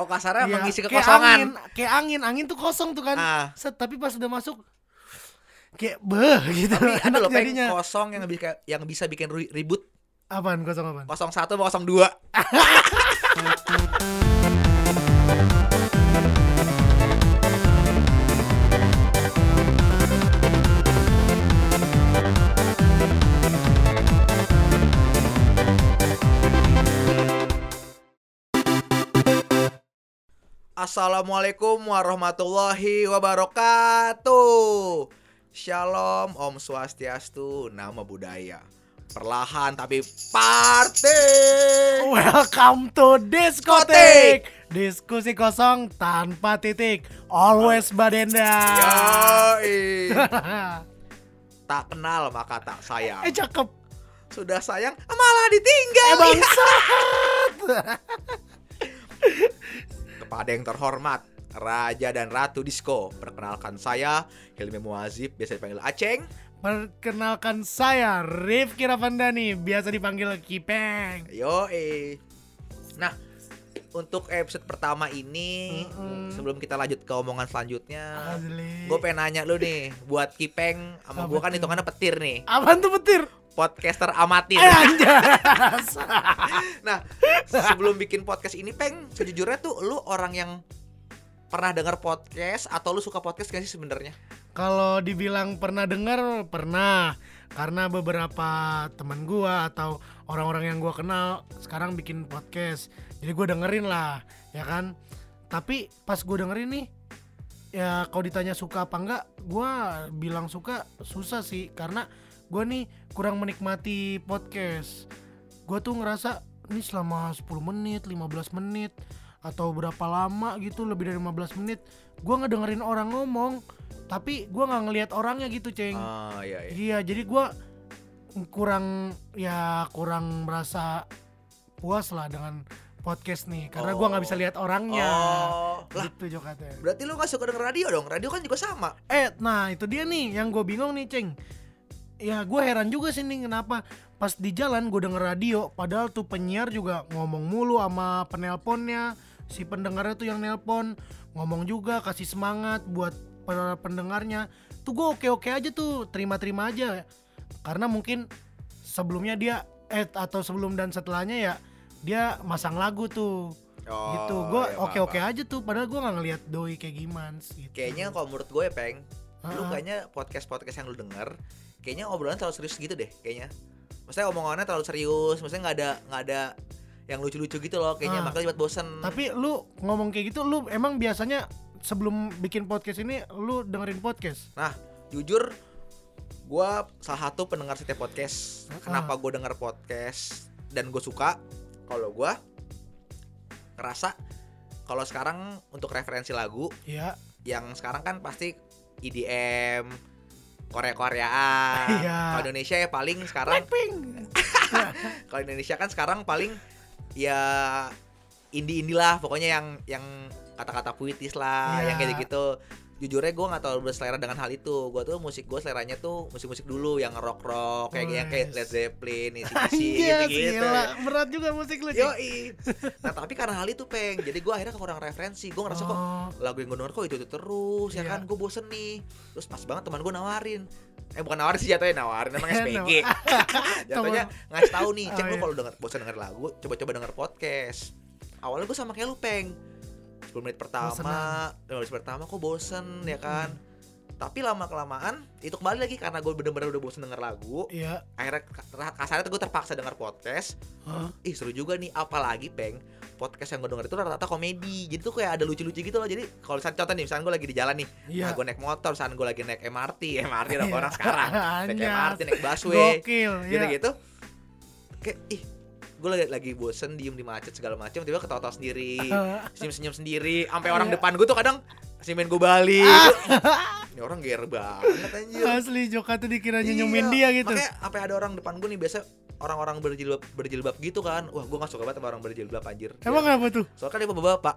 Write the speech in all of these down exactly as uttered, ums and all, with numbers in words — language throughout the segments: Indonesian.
Oh kasarnya ya, mengisi kayak kekosongan. angin, kayak angin, angin tuh kosong tuh kan. Ah. Set, tapi pas udah masuk kayak beh gitu. Tapi ada loh peng jadinya. kosong yang bisa yang bisa bikin ribut. Apaan kosong apaan? Kosong satu sama kosong dua. Assalamualaikum warahmatullahi wabarakatuh. Shalom, Om Swastiastu, Namo Buddhaya. Perlahan tapi party. Welcome to Diskotik. Diskusi kosong tanpa titik. Always Badenda. Yoi. Tak kenal maka tak sayang. Eh cakep. Sudah sayang malah ditinggal. Eh bangsat. Kepada yang terhormat Raja dan Ratu Disko, perkenalkan saya Hilmi Muazib, biasa dipanggil Aceng. Perkenalkan saya Rifki Ravandani, biasa dipanggil Kipeng. Yoi. Nah, untuk episode pertama ini, Mm-mm. sebelum kita lanjut ke omongan selanjutnya, Asli. gue pengen nanya lu nih, buat Kipeng sama gue kan hitungannya petir nih, Apaan tuh petir? podcaster amatir. Eh anjas. Nah, sebelum bikin podcast ini, Peng, sejujurnya tuh lu orang yang pernah dengar podcast atau lu suka podcast gak sih sebenarnya? Kalau dibilang pernah dengar, pernah. Karena beberapa teman gua atau orang-orang yang gua kenal sekarang bikin podcast. Jadi gua dengerin lah, ya kan. Tapi pas gua dengerin nih, ya kalau ditanya suka apa enggak, gua bilang suka susah sih. Karena gua nih kurang menikmati podcast. Gua tuh ngerasa ini selama sepuluh menit, lima belas menit atau berapa lama gitu, lebih dari lima belas menit gua ngedengerin orang ngomong, tapi gua nggak ngelihat orangnya gitu, Ceng. Oh iya iya. Iya, jadi gua kurang ya kurang merasa puas lah dengan podcast nih, karena gua nggak bisa lihat orangnya. Oh, lah, gitu Jokatnya. berarti lu gak suka denger radio dong? Radio kan juga sama. Eh, nah itu dia nih yang gue bingung nih, Ceng. Ya gue heran juga sih nih kenapa pas di jalan gue denger radio, padahal tuh penyiar juga ngomong mulu sama penelponnya, si pendengarnya tuh yang nelpon ngomong juga kasih semangat buat para pendengarnya. Tuh gue oke-oke aja tuh, terima-terima aja. Karena mungkin sebelumnya dia eh atau sebelum dan setelahnya ya dia masang lagu tuh. Oh, gitu. Gue iya, oke-oke paham. aja tuh, padahal gue nggak ngelihat doi kayak gimana gitu. Kayaknya kalau menurut gue ya, Peng, lu Uh-uh. kayaknya podcast-podcast yang lu denger kayaknya obrolan terlalu serius gitu deh kayaknya. Maksudnya omongannya terlalu serius, maksudnya nggak ada nggak ada yang lucu-lucu gitu loh kayaknya, Ah. makanya cepat bosen. Tapi lu ngomong kayak gitu, lu emang biasanya sebelum bikin podcast ini lu dengerin podcast? Nah, jujur gue salah satu pendengar setiap podcast. Ah. Kenapa gue denger podcast dan gue suka? Kalau gue ngerasa kalau sekarang untuk referensi lagu Iya. yang sekarang kan pasti E D M, Korea-Koreaan. Iya. Kalau Indonesia ya paling sekarang Blackpink. kalau Indonesia kan sekarang paling ya indie-indie lah, pokoknya yang yang kata-kata puitis lah, Iya. yang kayak gitu. Jujurnya gue nggak terlalu berselera dengan hal itu. Gue tuh musik gue seleranya tuh musik-musik dulu yang rock-rock kayak Oh, yang kayak yes. Led Zeppelin, A C D C Anjas, gitu-gitu. gila. Berat juga musik lu, Ceng. Yoi. Nah tapi karena hal itu, Peng, jadi gue akhirnya kurang referensi. Gue ngerasa kok Oh, lagu yang gue denger kok itu-itu terus, ya Iya. kan, gue bosen nih. Terus pas banget teman gue nawarin, eh bukan nawarin sih jatuhnya, nawarin emang S P G. Jatuhnya ngasih tahu nih, Cek, Oh, lu iya. kalau denger bosan denger lagu, coba-coba denger podcast. Awalnya gue sama kayak lu, Peng, sepuluh menit pertama, lima belas menit pertama kok bosen, ya kan. Tapi lama-kelamaan itu kembali lagi karena gue bener-bener udah bosen denger lagu. iya. Akhirnya kasarnya tuh gue terpaksa denger podcast. Hah? Ih seru juga nih, apalagi, Peng, podcast yang gue denger itu rata-rata komedi. Jadi tuh kayak ada lucu-lucu gitu loh. Jadi kalau misalnya contoh nih, misalnya gue lagi di jalan nih, Iya. nah, gue naik motor, misalnya gue lagi naik M R T, M R T dong Iya. orang sekarang, naik Anjas. M R T, naik busway, Gokil, iya. gitu-gitu. Kayak ih, gue lagi lagi bosen diem di macet segala macam, tiba-tiba ketawa-tawa sendiri, senyum-senyum sendiri, sampai orang Iya. depan gue tuh kadang senyumin gue balik. Ini orang ger banget anjir. Asli Joka tuh dikira Iya, nyenyumin dia gitu. Makanya sampai ada orang depan gue nih, biasa orang-orang berjilbab berjilbab gitu kan. Wah, gue gak suka banget sama orang berjilbab, anjir. Emang Ya. apa tuh? Soalnya kan dia bapak-bapak.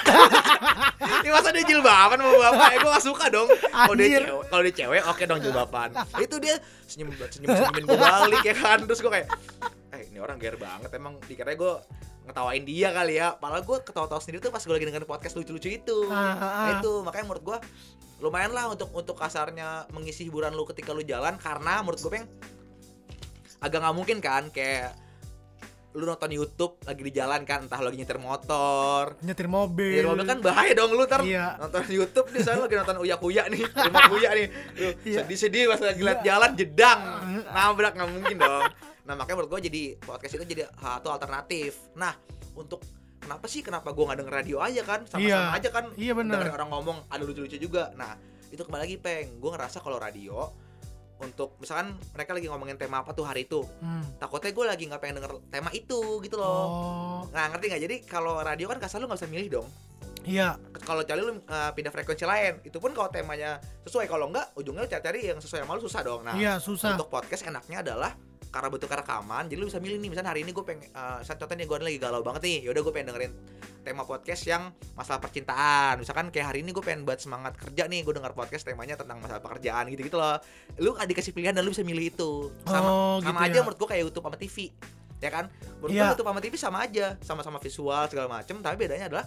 Ini masa dia jilbaban sama bapak? Eh, gue gak suka dong. Kalau dia Anjir. cewek, kalau dia cewek oke dong jilbaban. Itu dia senyum senyum senyumin gue balik ya kan. Terus gue kayak, eh ini orang ger banget. Emang dikiranya gue ngetawain dia kali ya. Padahal gue ketawa-tawa sendiri tuh pas gue lagi dengerin podcast lucu-lucu itu. Ah, ah, ah. Nah itu makanya menurut gue lumayan lah untuk untuk kasarnya mengisi hiburan lu ketika lu jalan, karena menurut gue Peng agak nggak mungkin kan kayak lu nonton YouTube lagi di jalan kan, entah lu lagi nyetir motor, nyetir mobil. nyetir mobil kan bahaya dong lu ntar Iya. nonton YouTube nih, saya lagi nonton Uya Kuya nih, Rumah Kuya nih, lu Iya. sedih-sedih pas lagi liat Iya. jalan jedang, nabrak, nggak mungkin dong. Nah makanya menurut gue jadi podcast itu jadi satu alternatif. Nah untuk kenapa sih kenapa gue nggak denger radio aja kan, sama-sama Iya. aja kan, Iya, bener. dengerin orang ngomong ada lucu-lucu juga. Nah itu kembali lagi Peng, gue ngerasa kalau radio untuk misalkan mereka lagi ngomongin tema apa tuh hari itu, Hmm. takutnya gue lagi nggak pengen denger tema itu gitu loh. Oh. Nah ngerti nggak? Jadi kalau radio kan kasar lu nggak bisa milih dong. Iya. Kalau cari lu uh, pindah frekuensi lain, itu pun kalau temanya sesuai. Kalau enggak, ujungnya lu cari-cari yang sesuai sama lu, susah dong. Nah Iya, susah. untuk podcast enaknya adalah karena bentuk rekaman, jadi lu bisa milih nih. Misalnya hari ini gue pengen, uh, contohnya nih gue lagi galau banget nih, yaudah gue pengen dengerin tema podcast yang masalah percintaan. Misalkan kayak hari ini gue pengen buat semangat kerja nih, gue denger podcast temanya tentang masalah pekerjaan gitu-gitu loh. Lu dikasih pilihan dan lu bisa milih itu. Sama, Oh, sama gitu aja ya. menurut gue kayak YouTube sama T V, ya kan? Menurut Iya. gue YouTube sama T V sama aja, sama-sama visual segala macem, tapi bedanya adalah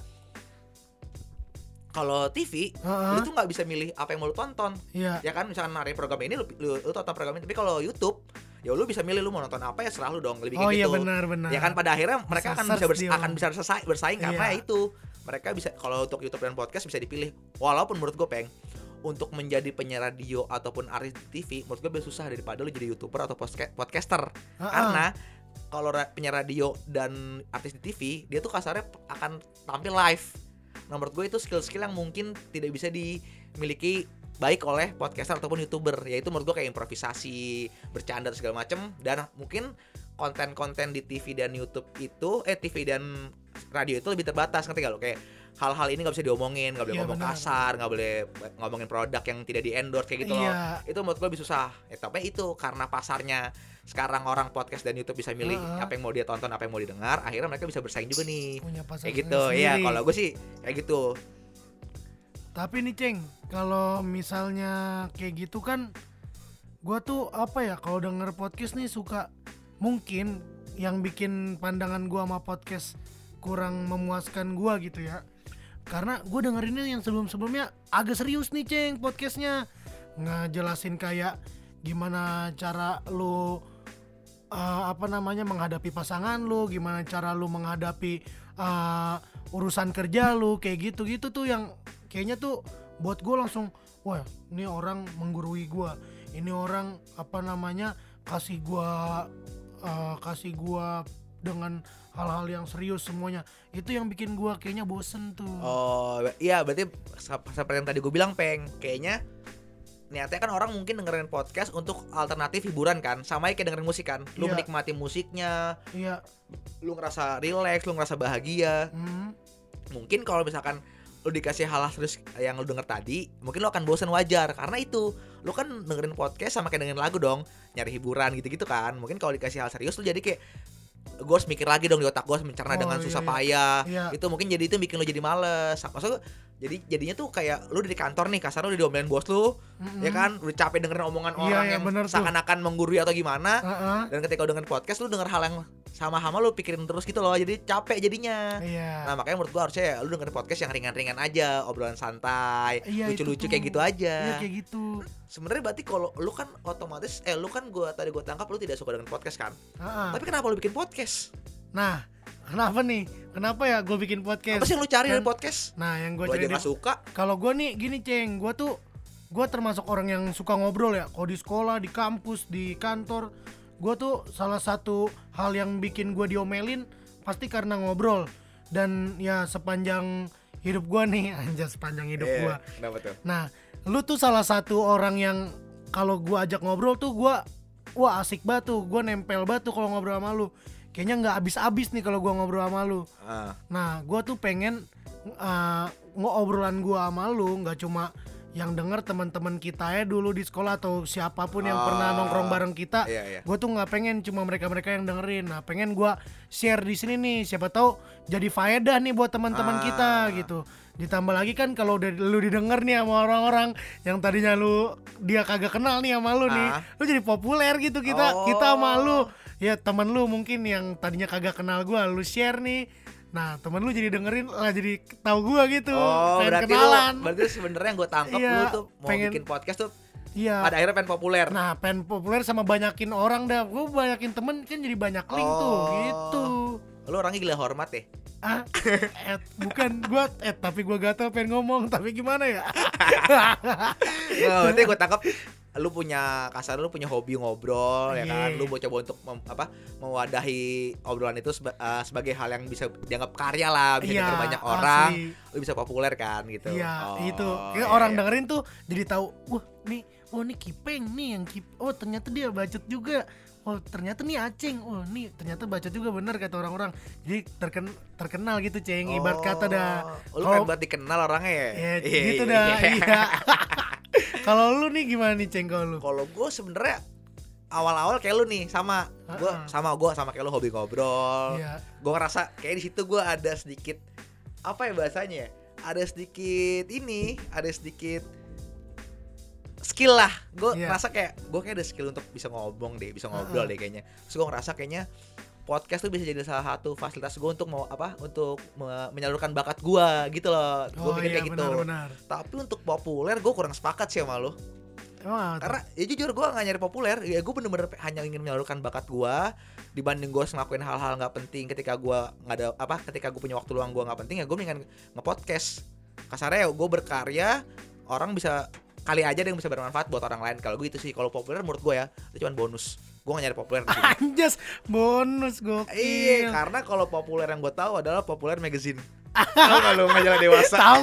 kalau T V, Heeh. lu tuh nggak bisa milih apa yang mau lu tonton. Iya. Ya kan, misalkan hari program ini lu, lu, lu tonton program ini, tapi kalau YouTube ya lu bisa milih lu mau nonton apa, ya serah lu dong, lebih kayak Oh iya, gitu. benar benar. Ya kan pada akhirnya mereka Bisa akan bisa search bers- dia. akan bisa bersaing, bersaing karena Iya. itu mereka bisa, kalau untuk YouTube dan podcast bisa dipilih. Walaupun menurut gue Peng, untuk menjadi penyiar radio ataupun artis di T V menurut gue lebih susah daripada lu jadi YouTuber atau posca- podcaster. Heeh. Karena kalau ra- penyiar radio dan artis di T V, dia tuh kasarnya akan tampil live. Nah, menurut gue itu skill-skill yang mungkin tidak bisa dimiliki baik oleh podcaster ataupun YouTuber, yaitu menurut gue kayak improvisasi, bercanda dan segala macem. Dan mungkin konten-konten di T V dan YouTube itu, eh T V dan radio itu lebih terbatas, ngerti gak lo? Kayak hal-hal ini gak bisa diomongin, gak boleh Iya, ngomong benar. kasar, gak boleh ngomongin produk yang tidak di endorse kayak gitu loh. Iya. Itu menurut gue lebih susah. Ya, tapi itu karena pasarnya sekarang orang podcast dan YouTube bisa milih Heeh. apa yang mau dia tonton, apa yang mau didengar, akhirnya mereka bisa bersaing juga nih. Punya pasar Kayak gitu. Iya, kalau gue sih kayak gitu. Tapi nih Ceng, kalau misalnya kayak gitu kan, gua tuh apa ya, kalau denger podcast nih suka, mungkin yang bikin pandangan gua sama podcast kurang memuaskan gua gitu ya. Karena gua dengerinnya yang sebelum-sebelumnya agak serius nih Ceng podcastnya, ngejelasin kayak gimana cara lu uh, apa namanya menghadapi pasangan lu, gimana cara lu menghadapi uh, urusan kerja lu, kayak gitu-gitu tuh yang kayaknya tuh buat gue langsung, wah ini orang menggurui gue, ini orang apa namanya kasih gue uh, kasih gue dengan hal-hal yang serius semuanya. Itu yang bikin gue kayaknya bosen tuh. Oh, iya berarti sep- seperti yang tadi gue bilang Peng, kayaknya niatnya kan orang mungkin dengerin podcast untuk alternatif hiburan kan, sama kayak dengerin musik kan. Lu Iya. menikmati musiknya, Iya. lu ngerasa relax, lu ngerasa bahagia. Hmm. Mungkin kalau misalkan lu dikasih hal serius yang lu denger tadi, mungkin lu akan bosan, wajar. Karena itu, lu kan dengerin podcast sama kayak dengerin lagu dong, nyari hiburan gitu-gitu kan. Mungkin kalau dikasih hal serius lu jadi kayak, gue harus mikir lagi dong di otak gue, harus mencerna Oh, dengan iya, susah iya. payah. Iya. Itu mungkin jadi itu bikin lu jadi males. Maksudnya jadi jadinya tuh kayak lu di kantor nih, kasar lu udah diomelin bos lu, Mm-mm. ya kan, udah capek dengerin omongan Iya, orang iya, yang bener tuh. seakan-akan menggurui atau gimana. Heeh. Dan ketika lu denger podcast, lu denger hal yang sama-sama lu pikirin terus gitu loh, jadi capek jadinya. Iya. Nah makanya menurut gua harusnya ya lu dengerin podcast yang ringan-ringan aja, obrolan santai, Iya, itu lucu-lucu tuh. kayak gitu aja. Iya kayak gitu. Sebenarnya berarti kalau lu kan otomatis, eh lu kan gua tadi gua tangkap lu tidak suka dengan podcast kan? Heeh. Tapi kenapa lu bikin podcast? Nah, kenapa nih? Kenapa ya gue bikin podcast? Apa sih yang lu cari Kan- dari podcast? Nah, yang gue Gua cari aja gak suka. kalau gue nih gini Ceng, gue tuh gue termasuk orang yang suka ngobrol ya. Kalau di sekolah, di kampus, di kantor, gue tuh salah satu hal yang bikin gue diomelin pasti karena ngobrol. Dan ya sepanjang hidup gue nih, anjir sepanjang hidup Iya, gue. kenapa tuh? Nah, lu tuh salah satu orang yang kalau gue ajak ngobrol tuh gue, wah asik banget tuh, gue nempel banget tuh kalau ngobrol sama lu. Kayaknya nggak habis-habis nih kalau gue ngobrol sama lu. Ah. Nah, gue tuh pengen uh, ngobrolan gue sama lu nggak cuma yang denger teman-teman kita ya dulu di sekolah atau siapapun yang Oh, pernah nongkrong bareng kita. iya, iya. Gue tuh nggak pengen cuma mereka-mereka yang dengerin. Nah, pengen gue share di sini nih. Siapa tahu jadi faedah nih buat teman-teman Ah. kita gitu. Ditambah lagi kan kalau udah lu didengar nih sama orang-orang yang tadinya lu dia kagak kenal nih sama lu nih, Ah. lu jadi populer gitu kita Oh. kita sama lu ya teman lu mungkin yang tadinya kagak kenal gua, lu share nih. Nah, teman lu jadi dengerin lah, jadi tahu gua gitu. Oh, pengen berarti kenalan. lu, berarti sebenarnya yang gue tangkap Iya, lu tuh mau pengen- bikin podcast tuh Iya. pada akhirnya pengen populer. Nah, pengen populer sama banyakin orang dah. Gua banyakin temen kan jadi banyak link tuh, Oh. gitu. Lu orangnya gila hormat ya. Ah, eh, bukan gua eh tapi gua gatel pengen ngomong, tapi gimana ya? Nggak, berarti gue tangkap lu punya kasar lu punya hobi ngobrol ya kan, Iya. lu mau coba untuk mem, apa mewadahi obrolan itu seba, uh, sebagai hal yang bisa dianggap karya lah, bisa Iya, didengar banyak orang, asli. lu bisa populer kan gitu. Iya, Oh, itu. iya, Kayak orang iya. dengerin tuh jadi tahu, wah, nih, oh nih Kipeng nih yang Kip. Oh, ternyata dia bacot juga. Oh, ternyata nih Aceng. Oh, nih ternyata bacot juga bener kata orang-orang. Jadi terken, terkenal gitu, Ceng. Ibarat kata dah. Oh, lu Kalau- kan buat dikenal orangnya ya. Ya, Iya, gitu iya, dah. iya. Iya. Kalau lu nih gimana nih, Ceng, kalau lu? Kalau gue sebenarnya awal-awal kayak lu nih sama gue Uh-uh. sama gue sama kayak lu hobi ngobrol. Iya. Gue ngerasa kayak di situ gue ada sedikit apa ya bahasanya ya? Ada sedikit ini, ada sedikit skill lah. Gue Iya. ngerasa kayak gue kayak ada skill untuk bisa ngomong deh, bisa ngobrol Uh-uh. deh kayaknya. Terus gue ngerasa kayaknya podcast tuh bisa jadi salah satu fasilitas gue untuk mau apa? Untuk me- menyalurkan bakat gue gitu loh. Gue Oh mikir iya, kayak gitu. benar-benar. Tapi untuk populer gue kurang sepakat sih sama lu. Emang apa tuh? Karena ya jujur gue gak nyari populer. Ya gue bener-bener hanya ingin menyalurkan bakat gue. Dibanding gue ngelakuin hal-hal gak penting ketika gue gak ada apa, ketika gue punya waktu luang gue gak penting, ya gue mendingan nge-podcast. Kasarnya ya gue berkarya, orang bisa, kali aja ada yang bisa bermanfaat buat orang lain. Kalau gue itu sih, kalau populer menurut gue ya itu cuma bonus. Gue gak nyari populer di sini. Anjas, bonus Iya, gokil. karena kalau populer yang gue tahu adalah populer magazine. Tahu gak lu majalah dewasa? Tahu.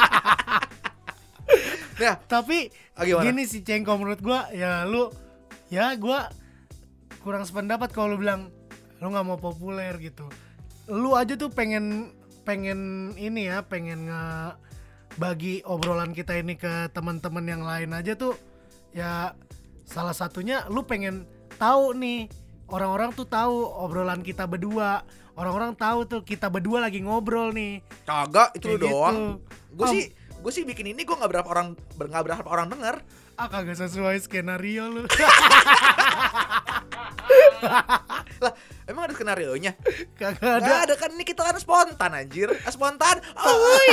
Nah, Tapi ah, gimana? gini sih, Ceng, kalau menurut gua ya lu, ya gua kurang sependapat kalau lu bilang lu nggak mau populer gitu. Lu aja tuh pengen pengen ini ya, pengen nge bagi obrolan kita ini ke teman-teman yang lain aja tuh, ya salah satunya lu pengen tahu nih, orang-orang tuh tahu obrolan kita berdua, orang-orang tahu tuh kita berdua lagi ngobrol nih. Kagak, itu lu Kayak doang. gitu. Gue Oh. sih gue sih bikin ini gue nggak berapa orang nggak berapa orang denger. Ah, kagak sesuai skenario lu. Lah, emang ada skenarionya? Kagak ada. Nggak ada kan, ini kita kan spontan anjir. Ah, spontan. Oi.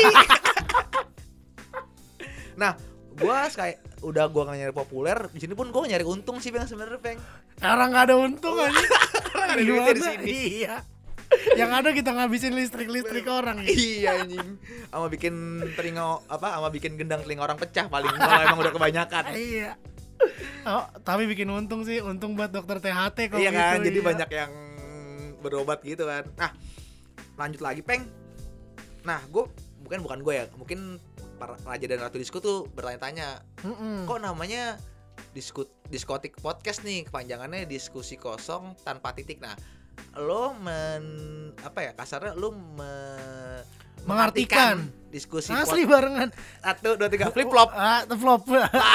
Nah, gua kayak udah gua nggak nyari populer, di sini pun gua nyari untung sih Bang sebenarnya, Bang. Karena nggak ada untung aja. Karena nggak ada duitnya di Gimana? sini. Iya. Yang ada kita ngabisin listrik-listrik orang ya. Iya anjing. Sama bikin telinga apa? Sama bikin gendang telinga orang pecah paling kalau emang udah kebanyakan. Iya. Oh, tapi bikin untung sih, untung buat dokter T H T kalau Iya kan, gitu, jadi iya. banyak yang berobat gitu kan. Nah, lanjut lagi, Peng. Nah, gue bukan bukan gue ya, mungkin para raja dan ratu disko tuh bertanya-tanya, Mm-mm. kok namanya diskut diskotik podcast nih, kepanjangannya diskusi kosong tanpa titik. Nah, lo men apa ya kasarnya lo me, Mengartikan. diskusi Asli pod- barengan. satu dua tiga flip flop. Ah, flop.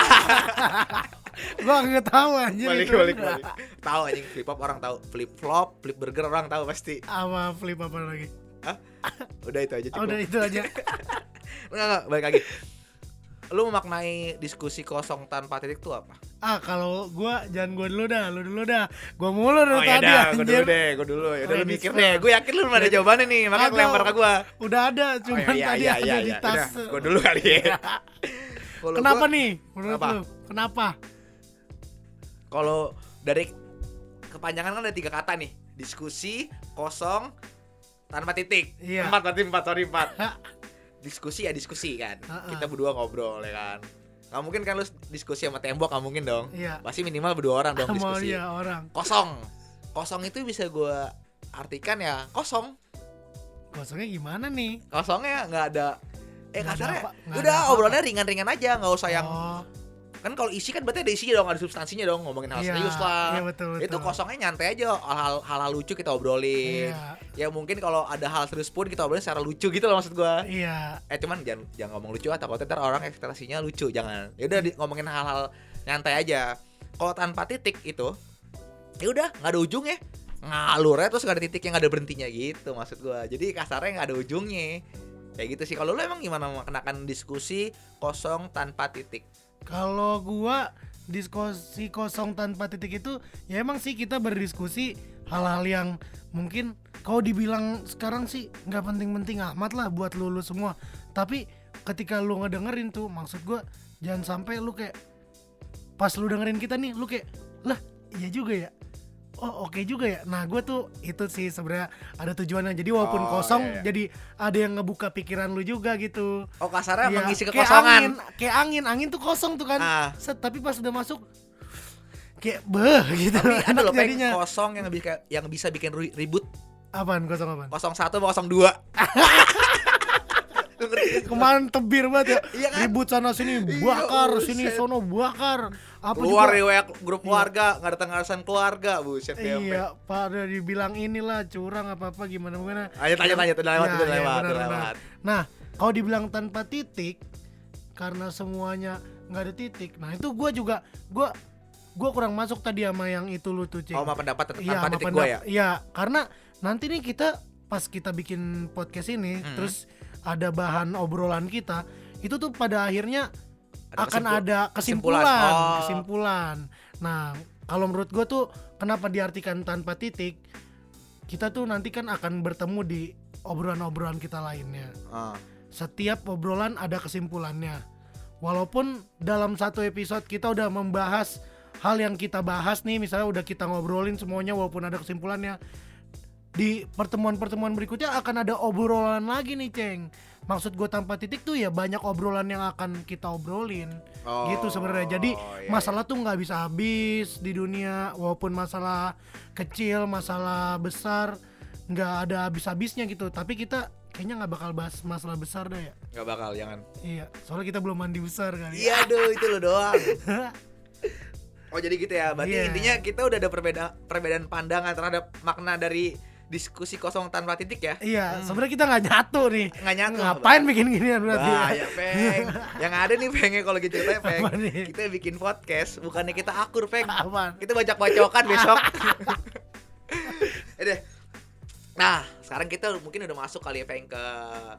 Gua nggak tahu anjir Balik itu. balik balik. Tahu anjing, flip flop orang tahu, flip flop, flip burger orang tahu pasti. Sama flip apa lagi? Hah? Udah itu aja Oh, cukup. udah itu aja. Enggak, enggak, balik lagi. Lu memaknai diskusi kosong tanpa titik tuh apa? Ah, kalau gua jangan gua dulu dah, lu dulu dah. Gua mulu dari Oh ya tadi udah, gue anjir. dulu deh, gue dulu ya. Udah lu Ready mikir for- deh. Gue yakin lu belum ada jawabannya nih, makanya Kagak. lempar ke gua. Udah ada, cuman Oh, iya, tadi iya, ada iya, di iya. tas. Gue dulu kali ya. Kalau Kenapa gua- nih? Menurut Kenapa? lu? Kenapa? Kalau dari kepanjangan kan ada tiga kata nih. Diskusi kosong tanpa titik. Iya. Empat berarti empat, sorry empat. Diskusi ya diskusi kan. Ha-ha. Kita berdua ngobrol ya kan. Gak mungkin kan lu diskusi sama tembok, gak mungkin dong. Iya. Pasti minimal berdua orang dong Mau diskusi. dia orang. Kosong. Kosong itu bisa gue artikan ya kosong. Kosongnya gimana nih? Kosongnya nggak ada. Eh Nggak ada kasarnya apa- nggak udah ada apa-apa. obrolannya ringan-ringan aja, nggak usah yang Oh, kan kalau isi kan berarti ada isinya dong, ada substansinya dong, ngomongin hal iya, serius lah. Iya, betul, betul. Itu kosongnya nyantai aja, hal-hal hal-hal lucu kita obrolin. Iya. Ya mungkin kalau ada hal serius pun kita obrolin secara lucu gitu loh maksud gua. Iya. Eh cuman jangan jangan ngomong lucu, takutnya ntar orang ekspektasinya lucu, jangan. Ya udah di- ngomongin hal-hal nyantai aja. Kalau tanpa titik itu, ya udah nggak ada ujungnya, ngalur aja terus nggak ada titik yang nggak ada berhentinya gitu maksud gua. Jadi kasarnya nggak ada ujungnya. Kayak gitu sih. Kalau lu emang gimana mengenakan diskusi kosong tanpa titik? Kalau gua diskusi kosong tanpa titik itu ya emang sih kita berdiskusi hal-hal yang mungkin kalau dibilang sekarang sih nggak penting-penting amat lah buat lu, lu semua. Tapi ketika lu ngedengerin tuh, maksud gue jangan sampai lu kayak pas lu dengerin kita nih lu kayak lah iya juga ya, oh oke okay juga ya. Nah gue tuh itu sih sebenarnya ada tujuannya. Jadi walaupun Oh, kosong iya, iya. jadi ada yang ngebuka pikiran lu juga gitu. Oh kasarnya Iya, mengisi kayak kekosongan. angin, kayak angin, angin tuh kosong tuh kan. Ah. Set, tapi pas udah masuk kayak beh gitu. Tapi ada enak loh Peng, jadinya. kosong yang bisa yang bisa bikin ri- ribut. Apaan kosong apaan? Kosong satu sama kosong dua. Lu ngerti? Kemarin tebir banget ya. Iya kan? Ribut sana sini Iya, bakar, buset. sini sono bakar. Apa Keluar juga? ya grup keluarga, nggak ada tanggasan keluarga, buset dia. Iya, pada dibilang inilah curang apa-apa gimana gimana. Ayo tanya tanya udah lewat Ya, udah ya, lewat benar, udah benar. lewat. Nah, kalau dibilang tanpa titik karena semuanya nggak ada titik. Nah, itu gua juga gua gua kurang masuk tadi sama yang itu lu tuh, Cing. Oh, sama pendapat Iya, tanpa sama titik pendap- gue ya. Iya, karena nanti nih kita pas kita bikin podcast ini Hmm. terus ada bahan obrolan kita, itu tuh pada akhirnya Ada akan kesimpul- ada kesimpulan, kesimpulan. Oh. kesimpulan. Nah, kalau menurut gue tuh kenapa diartikan tanpa titik? Kita tuh nanti kan akan bertemu di obrolan-obrolan kita lainnya. Ah. Setiap obrolan ada kesimpulannya. Walaupun dalam satu episode kita udah membahas hal yang kita bahas nih, misalnya udah kita ngobrolin semuanya walaupun ada kesimpulannya, di pertemuan-pertemuan berikutnya akan ada obrolan lagi nih, Ceng. Maksud gue tanpa titik tuh ya banyak obrolan yang akan kita obrolin. Oh, Gitu sebenarnya. Jadi iya, masalah tuh nggak bisa habis di dunia, walaupun masalah kecil, masalah besar nggak ada habis-habisnya gitu. Tapi kita kayaknya nggak bakal bahas masalah besar deh ya. Nggak bakal, jangan. Iya, soalnya kita belum mandi besar kali. Iya, aduh itu lo doang. Oh jadi gitu ya. Berarti Iya. intinya kita udah ada perbedaan perbedaan pandangan terhadap makna dari diskusi kosong tanpa titik ya. Iya, sebenarnya kita nggak nyatu nih. Nggak nyatu. Ngapain bikin ginian berarti? Bahaya, Peng. Yang ada nih Pengnya kalau gitu ceritanya, Peng. Apa nih? Kita bikin podcast, bukannya kita akur, Peng. Apaan? Kita bacok-bacokan besok. Eh deh. Nah, sekarang kita mungkin udah masuk kali ya, Peng, ke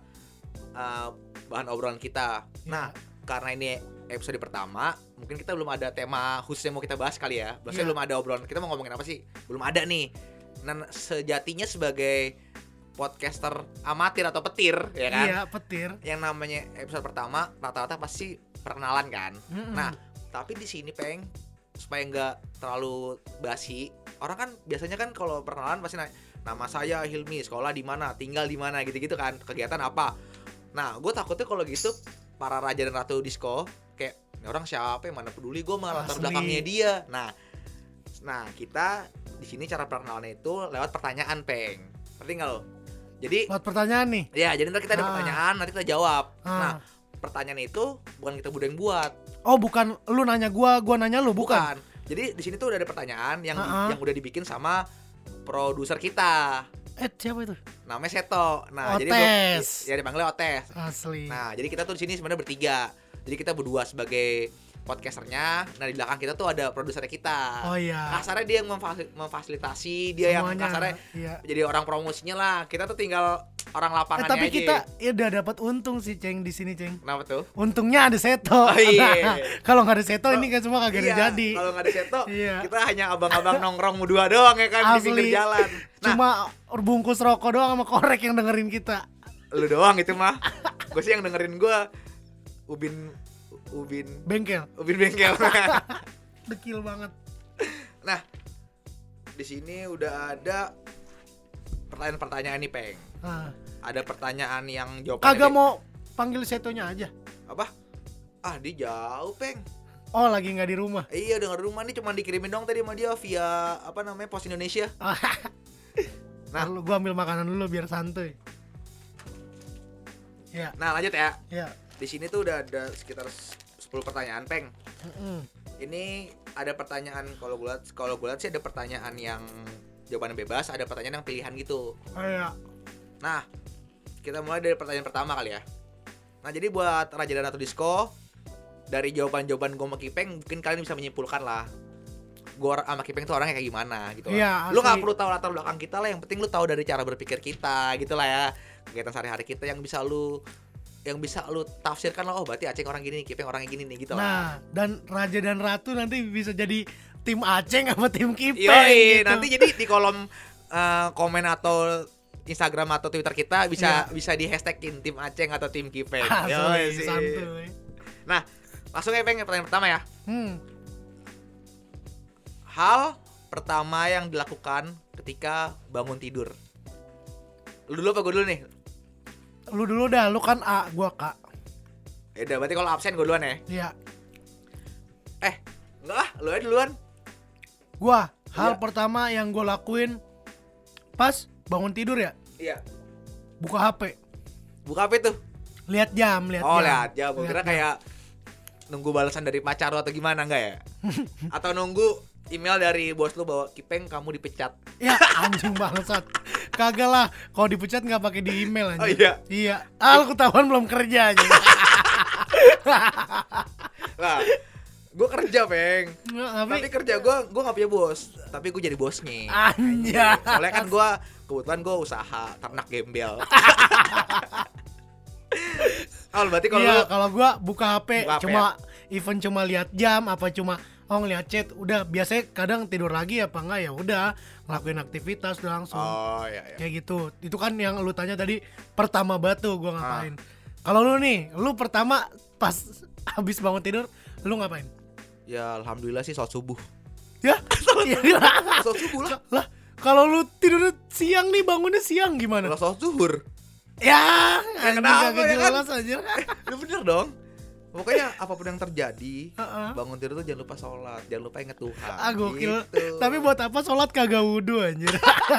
uh, bahan obrolan kita. Nah, karena ini episode pertama, mungkin kita belum ada tema khusus yang mau kita bahas kali ya. Maksudnya Iya. belum ada obrolan. Kita mau ngomongin apa sih? Belum ada nih. Nah, sejatinya sebagai podcaster amatir atau petir, ya kan? Iya, petir. Yang namanya episode pertama rata-rata pasti perkenalan kan. Mm-mm. Nah, tapi di sini Peng, supaya nggak terlalu basi, orang kan biasanya kan kalau perkenalan pasti nanya, nama saya Hilmi, sekolah di mana, tinggal di mana, gitu-gitu kan, kegiatan apa. Nah, gue takutnya kalau gitu para raja dan ratu disco kayak, ini orang siapa yang mana peduli gue sama latar Asli. belakangnya dia. Nah, nah kita di sini cara perkenalannya itu lewat pertanyaan, Peng. Ngerti nggak lo? Jadi Buat pertanyaan nih. ya, jadi ntar kita ada Ah. pertanyaan, nanti kita jawab. Ah. Nah, pertanyaan itu bukan kita berdua yang buat, Oh, bukan lu nanya gua, gua nanya lu, bukan. bukan. Jadi di sini tuh udah ada pertanyaan yang Ah, ah. yang udah dibikin sama produser kita. Eh, siapa itu? Namanya Seto. Nah, jadi Otes. belum- ya dipanggilnya Otes. Asli. Nah, jadi kita tuh di sini sebenarnya bertiga. Jadi kita berdua sebagai podcasternya. Nah, di belakang kita tuh ada produsernya kita. Oh iya. Kasarnya dia yang memfasi- memfasilitasi, dia yang Semuanya, kasarnya iya. jadi orang promosinya lah. Kita tuh tinggal orang Eh, lapangannya tapi aja. kita ya udah dapat untung sih, Ceng, di sini, Ceng. Kenapa tuh? Untungnya ada Seto. Oh, iya. Nah, kalau nggak ada Seto ini kan semua kagak ada Iya, jadi. kalau nggak ada Seto, Iya. kita hanya abang-abang nongkrong berdua doang ya kan di pinggir Asli. jalan. Nah, Cuma bungkus rokok doang sama korek yang dengerin kita. lu doang itu mah. Gue sih yang dengerin gue Ubin Ubin Bengkel. Ubin bengkel. Dekil banget. Nah, di sini udah ada pertanyaan-pertanyaan nih, Peng. Nah, Ada pertanyaan yang jawabannya kagak dia- mau panggil Setonya aja. apa? Ah, dia jauh, Peng. Oh, lagi nggak di rumah. Iya, denger rumah nih cuma dikirimin dong tadi sama dia via apa namanya Pos Indonesia. Nah, Nah. lu gua ambil makanan dulu biar santuy. Ya, Nah, lanjut ya. ya. Di sini tuh udah ada sekitar sepuluh pertanyaan, Peng. Mm-mm. Ini ada pertanyaan kalau gue lihat kalau gue lihat sih ada pertanyaan yang jawabannya bebas, ada pertanyaan yang pilihan gitu. Oh ya. Nah, kita mulai dari pertanyaan pertama kali ya. Nah, jadi buat Raja dan Ratu Disco, dari jawaban-jawaban gue sama Kipeng mungkin kalian bisa menyimpulkan lah gue sama Kipeng tuh orangnya kayak gimana gitu Iya, lah. Lu nggak asli. perlu tahu latar belakang kita lah, yang penting lu tahu dari cara berpikir kita gitu lah ya, kegiatan sehari-hari kita yang bisa lu yang bisa lu tafsirkan lah, oh berarti Aceng orang gini nih, Kipeng orang gini nih gitu lah. Nah, dan Raja dan Ratu nanti bisa jadi tim Aceng apa tim Kipeng Yoi, gitu. nanti jadi di kolom uh, komen atau Instagram atau Twitter kita bisa Iya. bisa di hashtagin tim Aceng atau tim Kipeng. Asli, Yoi sih. santuy. Nah, langsung ya Peng, pertanyaan pertama ya. Hmm. Hal pertama yang dilakukan ketika bangun tidur. Lu dulu apa gue dulu nih? Lu dulu dah, lu kan A, gua K. Ya udah, berarti kalau absen gue duluan ya. Iya. Eh, enggak lah, lu aja duluan. Gua, hal Iya. pertama yang gua lakuin pas bangun tidur ya, Iya. buka H P. Buka apa itu? Lihat jam, lihat Oh, jam. lihat ya. Gue kira Lihat jam. kayak nunggu balasan dari pacar lu atau gimana, enggak ya? Atau nunggu email dari bos lu bahwa Kipeng kamu dipecat. Ya anjing bangsat. Kagak lah, kalau dipecat nggak pakai di email aja. Oh iya. Iya. Ah, lu ketahuan belum kerja aja. Lah, gue kerja, Peng. Nggak, Tapi tapi kerja gue, gue gak punya bos. Tapi gue jadi bosnya. Anjay. Soalnya kan gue, kebetulan gue usaha ternak gembel. Oh, berarti kalau iya, lu kalau gua buka H P, Buka H P cuma event cuma lihat jam apa cuma oh ngeliat chat, udah biasanya kadang tidur lagi apa enggak ya udah ngelakuin aktivitas udah langsung. Oh, iya iya. Kayak gitu. Itu kan yang lu tanya tadi pertama batu gua Ah. ngapain. Kalau lu nih, lu pertama pas habis bangun tidur, lu ngapain? Ya alhamdulillah sih sholat subuh. Ya? Iya. Sholat subuh lah. Lah, kalau lu tidur siang nih bangunnya siang gimana? Kalau sholat zuhur. Ya, Ya, anjing kenapa kagak ya kan? jelas aja. Lu bener dong. Pokoknya apapun yang terjadi, Heeh. bangun tidur tuh jangan lupa sholat, jangan lupa inget Tuhan. Ah, gokil. Gitu. Tapi buat apa sholat kagak wudu anjir?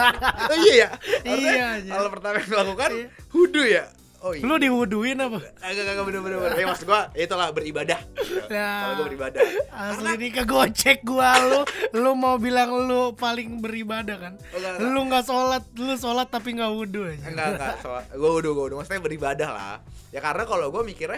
Oh iya ya. Iya, Artinya anjir. hal pertama yang dilakukan Iya. wudu ya. Oh iya. Lu diwuduin apa? Agak agak bener bener bener. Ya maksud gua itulah beribadah. Ya. Kalau gua beribadah. Asli nih kegocek gua lu. Lu mau bilang lu paling beribadah kan? Oh, enggak, enggak. Lu nggak sholat, lu sholat tapi nggak wudu aja. Enggak enggak sholat. Gua wudu gua wudu maksudnya beribadah lah. Ya karena kalau gua mikirnya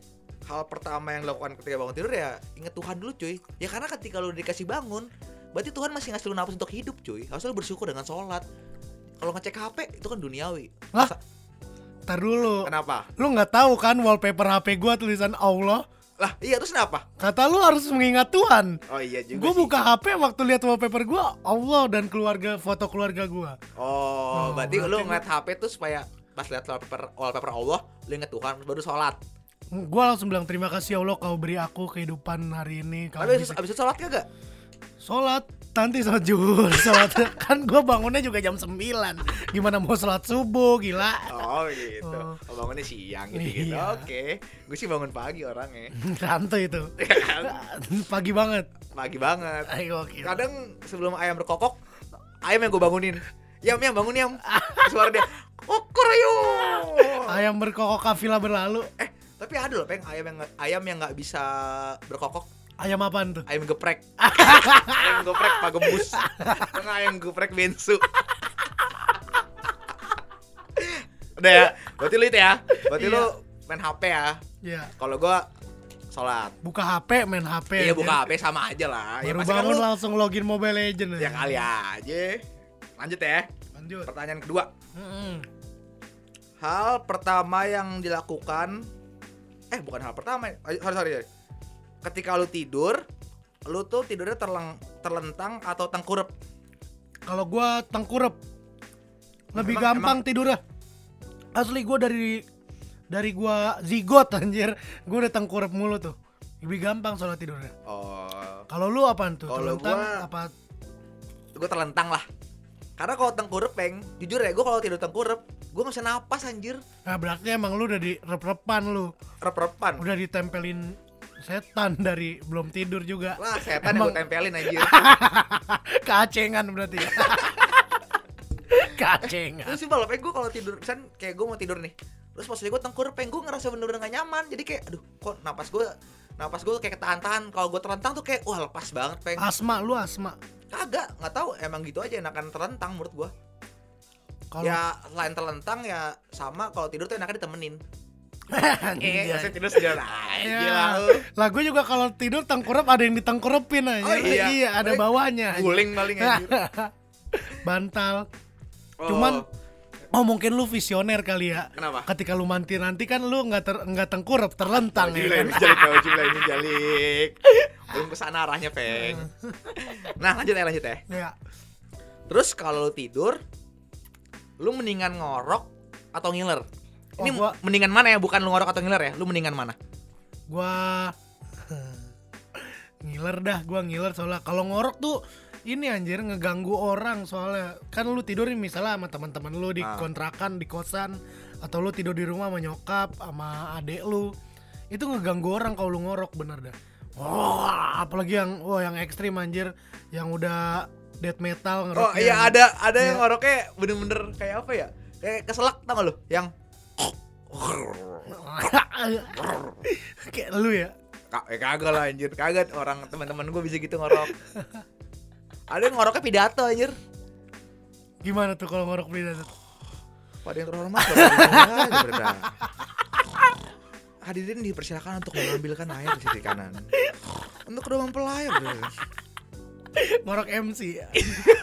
hal pertama yang dilakukan ketika bangun tidur ya inget Tuhan dulu cuy. Ya karena ketika lu dikasih bangun, berarti Tuhan masih ngasih lu nafas untuk hidup cuy. Harusnya lu bersyukur dengan sholat. Kalau ngecek H P itu kan duniawi. Lah, Masa- tar dulu. Kenapa? Lu nggak tahu kan wallpaper H P gua tulisan Allah? Lah iya terus kenapa? Kata lu harus mengingat Tuhan. Oh iya juga Gua sih. buka H P waktu lihat wallpaper gua Allah dan keluarga, foto keluarga gua. Oh, Oh, berarti, berarti lu gua- ngeliat H P tuh supaya pas lihat wallpaper, wallpaper Allah, lu inget Tuhan baru sholat. Gua langsung bilang terima kasih ya Allah kau beri aku kehidupan hari ini. Kau Tapi abis, bisa abis itu sholat kagak? sholat, nanti sholat zuhur, sholat kan gue bangunnya juga jam sembilan. Gimana mau sholat subuh, gila. Oh gitu. Oh. Oh, bangunnya siang gitu gitu. Iya. Oke. Gue sih bangun pagi orangnya. Santai itu. Ya kan? Pagi banget. Pagi banget. Ayo, gila. Kadang sebelum ayam berkokok, ayam yang gue bangunin. Yam yam bangun yam. Suara dia. Kokor ayo. Ayam berkokok kafilah berlalu. Eh tapi ada loh peng ayam yang ayam yang nggak bisa berkokok. Ayam apaan tuh? Ayam geprek. Ayam geprek Pak Gembus. Enggak ayam geprek bensu. Udah ya. Berarti lu itu ya. Berarti Iya. lu main H P ya. Ya, Kalau gua sholat. buka H P, main H P. Iya aja. buka H P sama aja lah. Ya Baru pasti kan bangun lu langsung login Mobile Legends. ya kali aja. Lanjut ya. Lanjut. Pertanyaan kedua. Mm-mm. Hal pertama yang dilakukan eh bukan hal pertama. eh, Sorry sorry. sorry. Ketika lu tidur, lu tuh tidurnya terleng, terlentang atau tengkurap? Kalau gua tengkurap, lebih Emang- gampang tidurnya. Asli gua dari dari gua zigot anjir, gua udah tengkurap mulu tuh. Lebih gampang soal tidurnya. Oh, Kalau lu apaan tuh? Kalau Terlentang gua- apa? gue terlentang lah. Karena kalau tengkurap, peng, jujur ya, gue kalau tidur tengkurap, gue nggak bisa napas anjir, Nah, berarti emang lu udah di rep-repan lu. rep-repan. Udah ditempelin setan dari belum tidur juga. Lah setan yang Emang- gue tempelin anjir. Keacengan berarti ya. Keacengan. Terus sih malah, peng, gue kalau tidur, misalnya kayak gue mau tidur nih, terus pas gue tengkurap, peng, gue ngerasa bener-bener gak nyaman. Jadi kayak, aduh, kok napas gue, napas gue kayak ketahan-tahan. Kalau gue terlentang tuh kayak, wah lepas banget, peng. Asma lu asma. Kagak, nggak tahu, emang gitu aja enakan terlentang menurut gue. Kalau Ya selain terlentang ya sama kalau tidur tuh enaknya ditemenin. Iya. Eh, maksudnya tidur sendirian aja Ya. lah. Lah gue juga kalau tidur tengkurap ada yang ditengkurepin aja. Oh, iya. ada Paling bawahnya. aja. Guling paling anjir. Bantal. Oh. Cuman Oh mungkin lu visioner kali ya. Kenapa? Ketika lu mati nanti kan lu nggak ter nggak tengkurap, terlentang Oh, ya jalik, kan. jalik, oh, jalik, ini jalik. Belum kesana arahnya, Peng. Nah, lanjut ya, lanjut ya. Ya. Terus kalau lu tidur, lu mendingan ngorok atau ngiler? Ini Oh, gua- mendingan mana ya? Bukan lu ngorok atau ngiler ya? Lu mendingan mana? Gua ngiler dah, gua ngiler soalnya kalau ngorok tuh ini anjir ngeganggu orang soalnya. Kan lu tidur nih misalnya sama teman-teman lu di Ah. kontrakan, di kosan, atau lu tidur di rumah sama nyokap, sama adek lu. Itu ngeganggu orang kalau lu ngorok bener dah. Wah, apalagi yang wah yang ekstrim anjir, yang udah death metal Oh ngeroknya. iya, ada ada yang Iya. ngoroknya bener-bener kayak apa ya? Kayak keselak, tau gak lu? Yang Kayak lu ya. Ka- eh, kagak lah anjir, kagak orang teman-teman gue bisa gitu ngorok. Ada yang ngoroknya pidato anjir. Gimana tuh kalau ngorok pidato? Pada yang terhormat aja berda. Hadirin dipersilakan untuk mengambilkan air di sisi kanan. Untuk kedua mempelai. Bro. Ngorok M C ya.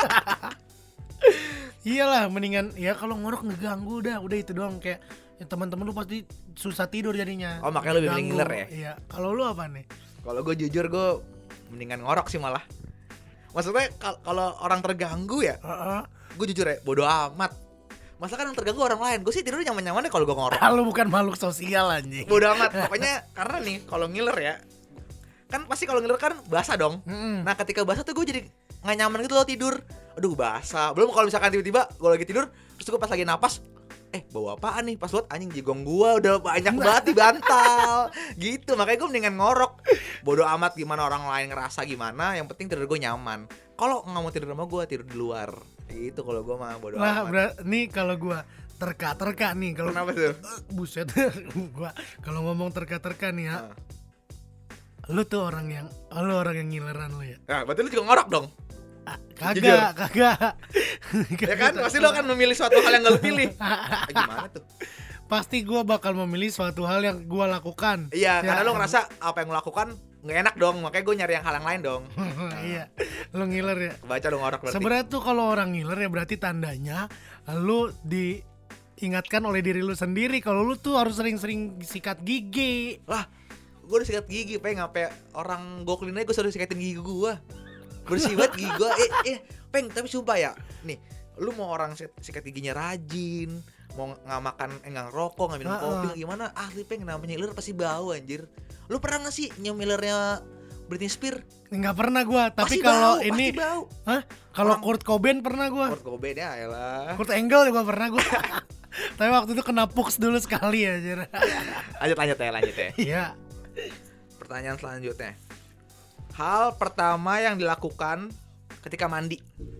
Iyalah mendingan ya kalau ngorok ngeganggu dah, udah itu doang kayak ya, teman-teman lu pasti susah tidur jadinya. Oh, makanya lu lebih Ganggu. ngiler ya? Iya. Kalau lu apa nih? Kalau gue jujur gue mendingan ngorok sih malah. Maksudnya kal- kalau orang terganggu ya, Heeh. gue jujur ya bodo amat. Masa kan yang terganggu orang lain, gue sih tidur nyaman-nyaman deh kalau gue ngorok. Kalau bukan makhluk sosial anjing. Bodo amat, pokoknya karena nih kalau ngiler ya, kan pasti kalau ngiler kan basah dong. Mm-mm. Nah ketika basah tuh gue jadi nggak nyaman gitu loh tidur. Aduh basah. Belum kalau misalkan tiba-tiba gue lagi tidur, terus gue pas lagi napas, eh bawa apaan nih? Pas buat anjing jigong gua udah banyak banget di bantal. Gitu, makanya gue mendingan ngorok. Bodo amat gimana orang lain ngerasa gimana, yang penting tidur gue nyaman. Kalau nggak mau tidur sama gue, tidur di luar. Gitu kalau gue mah bodo Nah, amat. ber- nih kalau gua terka-terka nih kalau Kenapa tuh? buset gua kalau ngomong terka-terka nih ya. Ah. Lu tuh orang yang lu orang yang ngileran lu ya. Nah, berarti lu juga ngorok dong. Ah, Jujur. kagak, kagak. Ya kan, pasti lu akan memilih suatu hal yang gak lu pilih. Ah, gimana tuh? Pasti gua bakal memilih suatu hal yang gua lakukan. Iya, Ya, karena lu em- ngerasa apa yang lu lakukan nggak enak dong, makanya gue nyari yang hal yang lain dong. Iya. Lu ngiler ya. Baca lu ngorok berarti. Sebenarnya tuh kalau orang ngiler ya berarti tandanya lu diingatkan oleh diri lu sendiri kalau lu tuh harus sering-sering sikat gigi. Lah, gue udah sikat gigi, Peng, ngapain orang goklin aja gue selalu sikatin gigi gue. Bersih banget gigi gue. Eh, eh, Peng, tapi sumpah ya, nih, lu mau orang sikat, sikat giginya rajin, mau nggak makan, eh, nggak ngerokok, nggak minum Ah, kopi, ah. gimana? Ahli, Peng, namanya ngiler pasti bau anjir. Lu pernah nggak sih nyium ngilernya Britney Spears? Nggak pernah gua, tapi Pasti kalau bau, ini pasti bau. hah? Kalau Orang- Kurt Cobain pernah gua. Kurt Cobain ya, elah. Kurt Angle juga pernah gua. Tapi waktu itu kena pux dulu sekali aja. Lanjut, lanjut ya, lanjut ya. Iya. Pertanyaan selanjutnya. Hal pertama yang dilakukan ketika mandi.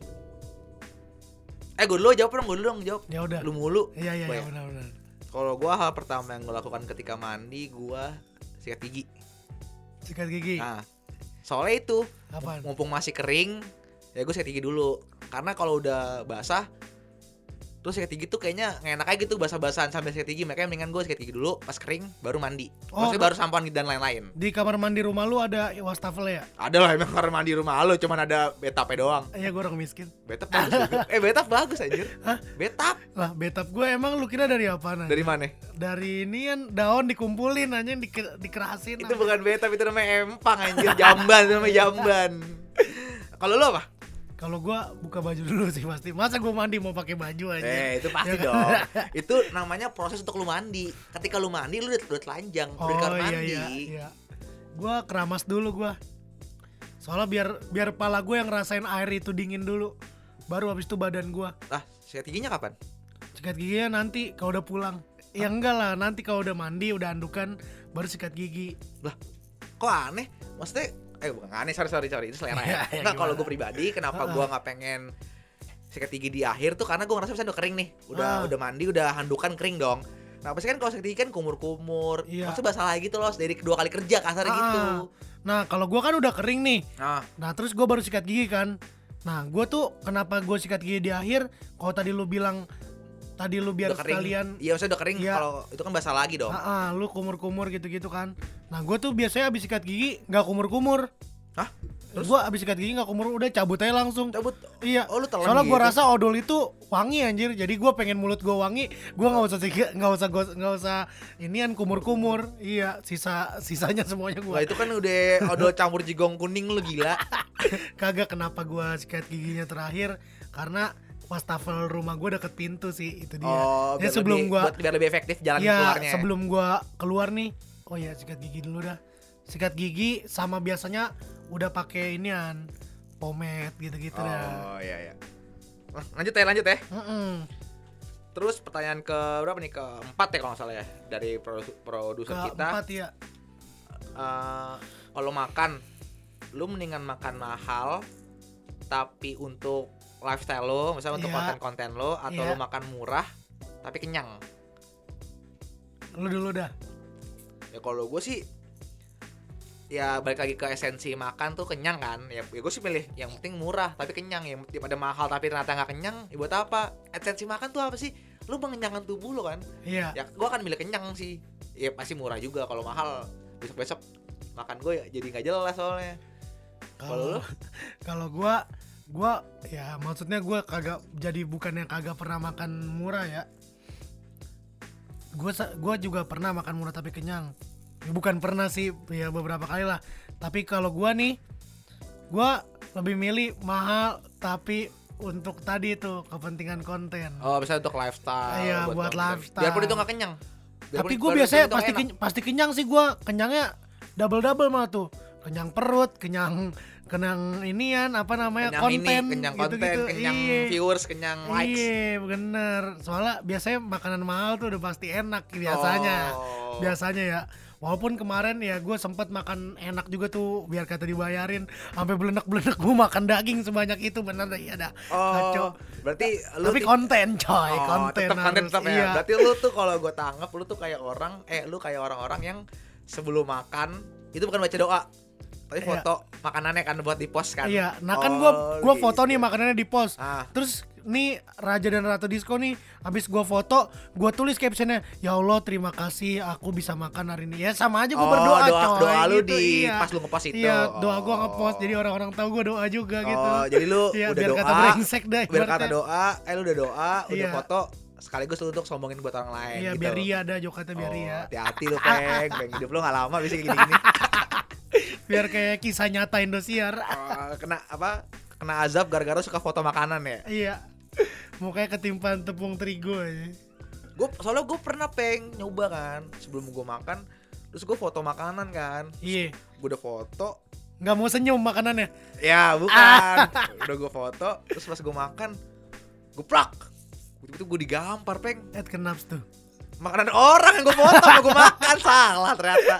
Eh, gue dulu jawab dong, gue dulu dong jawab. Ya udah. Lu mulu. Iya iya Gua iya ya. benar-benar. Kalau gua hal pertama yang gue lakukan ketika mandi, gua sikat gigi. Sikat gigi. Nah, soalnya itu Apaan? mumpung masih kering, ya gue sikat gigi dulu. Karena kalau udah basah, terus sikat gigi tuh kayaknya nggak enak aja gitu basah-basahan sambil sikat gigi. Makanya mendingan gue sikat gigi dulu, pas kering baru mandi. Oh, Maksudnya baru sampoan dan lain-lain. Di kamar mandi rumah lu ada wastafel ya? Ada lah emang kamar mandi rumah lo, cuman ada betapnya doang. Iya gua orang miskin. Betap bagus juga. Eh betap bagus anjir. Hah? Betap Lah betap gue emang lu kira dari apa nah? dari mana? Dari ini kan daun dikumpulin aja diker- dikerasin. Itu bukan betap, itu namanya empang anjir, jamban, itu namanya jamban. Kalau lo apa? Kalau gua buka baju dulu sih pasti. Masa gua mandi mau pakai baju aja? Eh itu pasti Ya kan? dong. Itu namanya proses untuk lu mandi. Ketika lu mandi lu udah, udah telanjang, udah di kamar iya mandi. iya iya. Gua keramas dulu gua. Soalnya biar biar pala gue yang ngerasain air itu dingin dulu. Baru habis itu badan gua. Lah, sikat giginya kapan? Sikat giginya nanti kalau udah pulang. Ya enggak lah, nanti kalau udah mandi, udah andukan baru sikat gigi. Lah, kok aneh? Maksudnya eh bukan aneh, sorry sorry sorry, itu selera Iya, ya. iya, Enggak, kalau gimana? gue pribadi kenapa Ha-ha. gua nggak pengen sikat gigi di akhir tuh karena gue ngerasa misalnya udah kering nih, udah Ah. udah mandi, udah handukan kering dong. Nah pasti kan kalau sikat gigi kan kumur-kumur, Iya. maksudnya basah lagi gitu loh dari kedua kali kerja kasar Ah. gitu. Nah kalau gua kan udah kering nih. Nah, Nah terus gua baru sikat gigi kan. Nah gua tuh kenapa gua sikat gigi di akhir? Kalau tadi lu bilang tadi lu biar udah kering. sekalian Iya, maksudnya udah kering, Iya. kalau itu kan basah lagi dong. ah, ah, lu kumur-kumur gitu-gitu kan. Nah gua tuh biasanya habis sikat gigi nggak kumur-kumur. Hah? Terus? Gua abis sikat gigi nggak kumur udah cabut aja langsung. Cabut. Iya. Oh, lu telan Soalnya gua gitu. rasa odol itu wangi anjir. Jadi gua pengen mulut gua wangi, gua nggak usah sikat, nggak usah gua nggak usah inian kumur-kumur. Iya, sisa sisanya semuanya gua. Wah, itu kan udah odol campur jigong kuning lu gila. Kagak, kenapa gua sikat giginya terakhir karena wastafel rumah gua deket pintu sih, itu dia. Oh, Ya biar sebelum lebih, gua buat biar lebih efektif jalan ya, keluarnya. sebelum gua keluar nih, oh ya sikat gigi dulu dah. Sikat gigi sama biasanya udah pakai inian pomade gitu-gitu Oh dah. iya iya. Nah, lanjut ya lanjut ya. Mm-mm. Terus pertanyaan ke berapa nih? Keempat ya kalau nggak salah ya dari produ- produser kita. Keempat ya. Eh, kalau makan, lu mendingan makan mahal tapi untuk lifestyle lo, misalnya untuk Iya. konten-konten lo, atau Iya. lu makan murah tapi kenyang. Lu dulu dah. Ya kalau gue sih ya balik lagi ke esensi makan tuh kenyang kan. Ya, ya gue sih pilih yang penting murah tapi kenyang. Ya daripada mahal tapi ternyata nggak kenyang, ya buat apa? Esensi makan tuh apa sih? Lu mengenyangkan tubuh lo kan. Iya. Ya gue akan milih kenyang sih. Ya pasti murah juga. Kalau mahal besok-besok makan gue ya jadi nggak jelas soalnya. Kalau lu? Kalau gua gua ya maksudnya gua kagak, jadi bukan yang kagak pernah makan murah ya. Gua sa- gua juga pernah makan murah tapi kenyang. Ya, bukan pernah sih, ya beberapa kali lah. Tapi kalau gua nih, gua lebih milih mahal tapi untuk tadi itu kepentingan konten. Oh, misalnya untuk lifestyle. Iya, buat konten. lifestyle. Biarpun itu nggak kenyang. Biarpun- Tapi gue biarpun biasanya itu pasti enak. keny- pasti kenyang sih, gue kenyangnya double double malah tuh, kenyang perut, kenyang kenyang inian apa namanya kenyang konten, ini, kenyang konten, gitu-gitu. kenyang Iya. viewers, kenyang likes. Iya bener, soalnya biasanya makanan mahal tuh udah pasti enak biasanya, Oh. biasanya ya. Walaupun kemarin ya gue sempet makan enak juga tuh biar kata dibayarin, sampai belenek-belenek gue makan daging sebanyak itu, bener dah, iya dah. Kacau. Oh, berarti lu Tapi ti- konten coy, oh, konten tetep konten harus, tetep ya. iya. Berarti lu tuh kalau gue tanggap lu tuh kayak orang, eh lu kayak orang-orang yang sebelum makan itu bukan baca doa, tapi Iya. foto makanannya kan buat di post kan. Iya, nah kan Oh, gue gua gitu. foto nih makanannya di post. Ah. Terus nih Raja dan Ratu Disco nih, habis gue foto, gue tulis captionnya, ya Allah terima kasih aku bisa makan hari ini. Ya sama aja gue Oh, berdoa doa, coy. doa lu gitu, di iya. pas lu ngepost itu. Iya, doa gue Oh. ngepost, jadi orang-orang tahu gue doa juga gitu. Oh, jadi lu Iya, udah biar doa, kata brengsek dah biar kata ibaratnya. doa, eh lu udah doa, udah Iya. foto, sekaligus lu untuk sombongin buat orang lain. Iya, gitu. biar ria dah jokatnya, biar Oh, ria. hati-hati lu peng, peng hidup lu nggak lama bisa kayak gini-gini. Biar kayak kisah nyata Indosiar. Oh, kena apa? Kena azab gara-gara suka foto makanan ya. Iya. Mukanya ketimpaan tepung terigu aja. Gue soalnya gue pernah peng nyoba kan sebelum gue makan, terus gue foto makanan kan, Iya. gue udah foto, Nggak mau senyum makanannya. ya bukan, udah gue foto, terus pas gue makan, gue prak, itu gue digampar peng, Ed kenaps tuh. makanan orang yang gue foto mau gue makan, salah ternyata.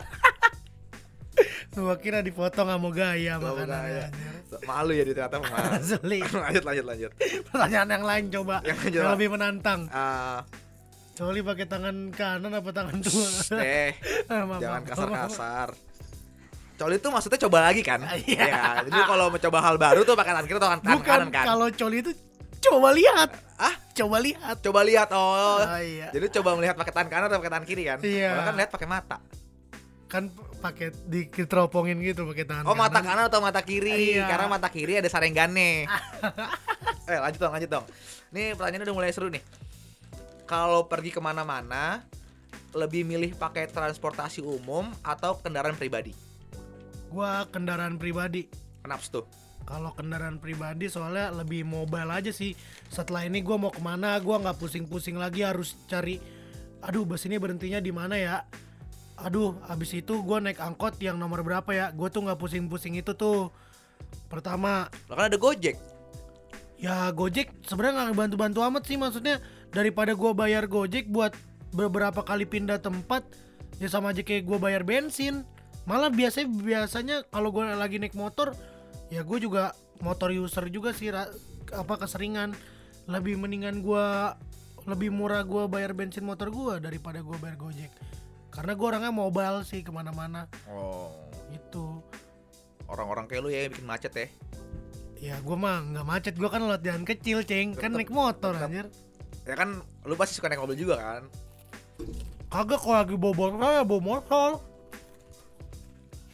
Gua kira difoto nggak mau gaya Nggak mau makanannya. gaya. anjir. Malu ya di ternyata malu. Asli. lanjut lanjut lanjut. Pertanyaan yang lain coba, Yang lanjut, yang Pak. lebih menantang. Ah, Coli pakai tangan kanan apa tangan tua? eh Ah, maaf, jangan maaf, maaf. kasar-kasar. Coli itu maksudnya coba lagi kan? Iya. Ya, jadi kalau mencoba hal baru tuh pakai tangan kiri atau tangan tangan Bukan, kanan kan? kalau coli itu coba lihat. Ah, Coba lihat. coba lihat oh. Ah, iya. Jadi coba melihat pakai tangan kanan atau pakai tangan kiri kan? Iya. Kalau kan lihat pakai mata. Kan pakai diteropongin gitu pakai tangan Oh, mata kanan. kanan atau mata kiri? Iya. Karena mata kiri ada sarenggane. eh, lanjut dong, lanjut dong. Nih pertanyaannya udah mulai seru nih. Kalau pergi kemana-mana, lebih milih pakai transportasi umum atau kendaraan pribadi? Gua kendaraan pribadi. Kenapa tuh? Kalau kendaraan pribadi soalnya lebih mobile aja sih. Setelah ini gua mau kemana, gua nggak pusing-pusing lagi harus cari. Aduh, bus ini berhentinya di mana ya? Aduh, abis itu gua naik angkot yang nomor berapa ya? Gue tuh nggak pusing-pusing itu tuh. Pertama, Lah kan ada Gojek. ya Gojek sebenarnya nggak bantu-bantu amat sih, maksudnya daripada gua bayar Gojek buat beberapa kali pindah tempat, ya sama aja kayak gua bayar bensin. Malah biasanya biasanya kalau gua lagi naik motor, ya gue juga motor user juga sih, ra- apa keseringan. Lebih mendingan gua lebih murah gua bayar bensin motor gua daripada gua bayar Gojek. Karena gua orangnya mobile sih kemana-mana. Oh, Itu. orang-orang kayak lu ya yang bikin macet ya. Ya gua mah nggak macet, gua kan lewat jalan kecil, ceng, kan naik motor tetep. anjir. Ya kan lu pasti suka naik mobil juga kan? Kagak, kalau lagi bawa motor ya bawa motor.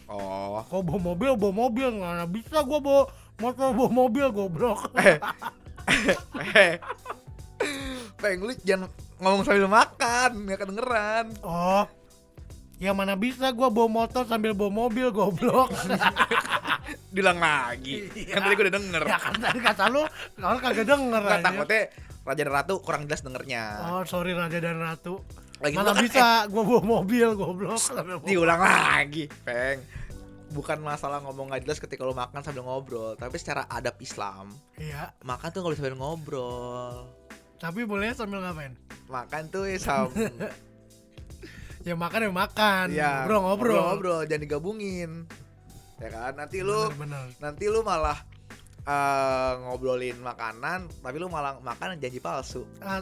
Oh. Kau bawa mobil, bawa mobil, nggak bisa gua bawa motor, bawa mobil, goblok. Eh, eh, Peng, lu jangan ngomong sambil makan, nggak kedengeran. Oh, ya mana bisa gua bawa motor sambil bawa mobil, goblok. Bilang lagi, Iya. kan tadi gue udah denger. Ya kan tadi kata lu, kalau kagak denger Nggak, aja. takutnya Raja dan Ratu kurang jelas dengernya. Oh sorry Raja dan Ratu. Lagi Mana pula kan, bisa gua bawa mobil, goblok. eh, diulang lagi, Peng. Bukan masalah ngomong nggak jelas ketika lu makan sambil ngobrol, tapi secara adab Islam, Iya, makan tuh nggak boleh sambil ngobrol. tapi boleh sambil ngapain? Makan tuh ya sam, Ya makan ya makan, ya, ngobrol ngobrol. ngobrol, jangan digabungin, ya kan? Nanti lu, Bener, bener. nanti lu malah eh, ngobrolin makanan, tapi lu malah makan janji palsu. Ah,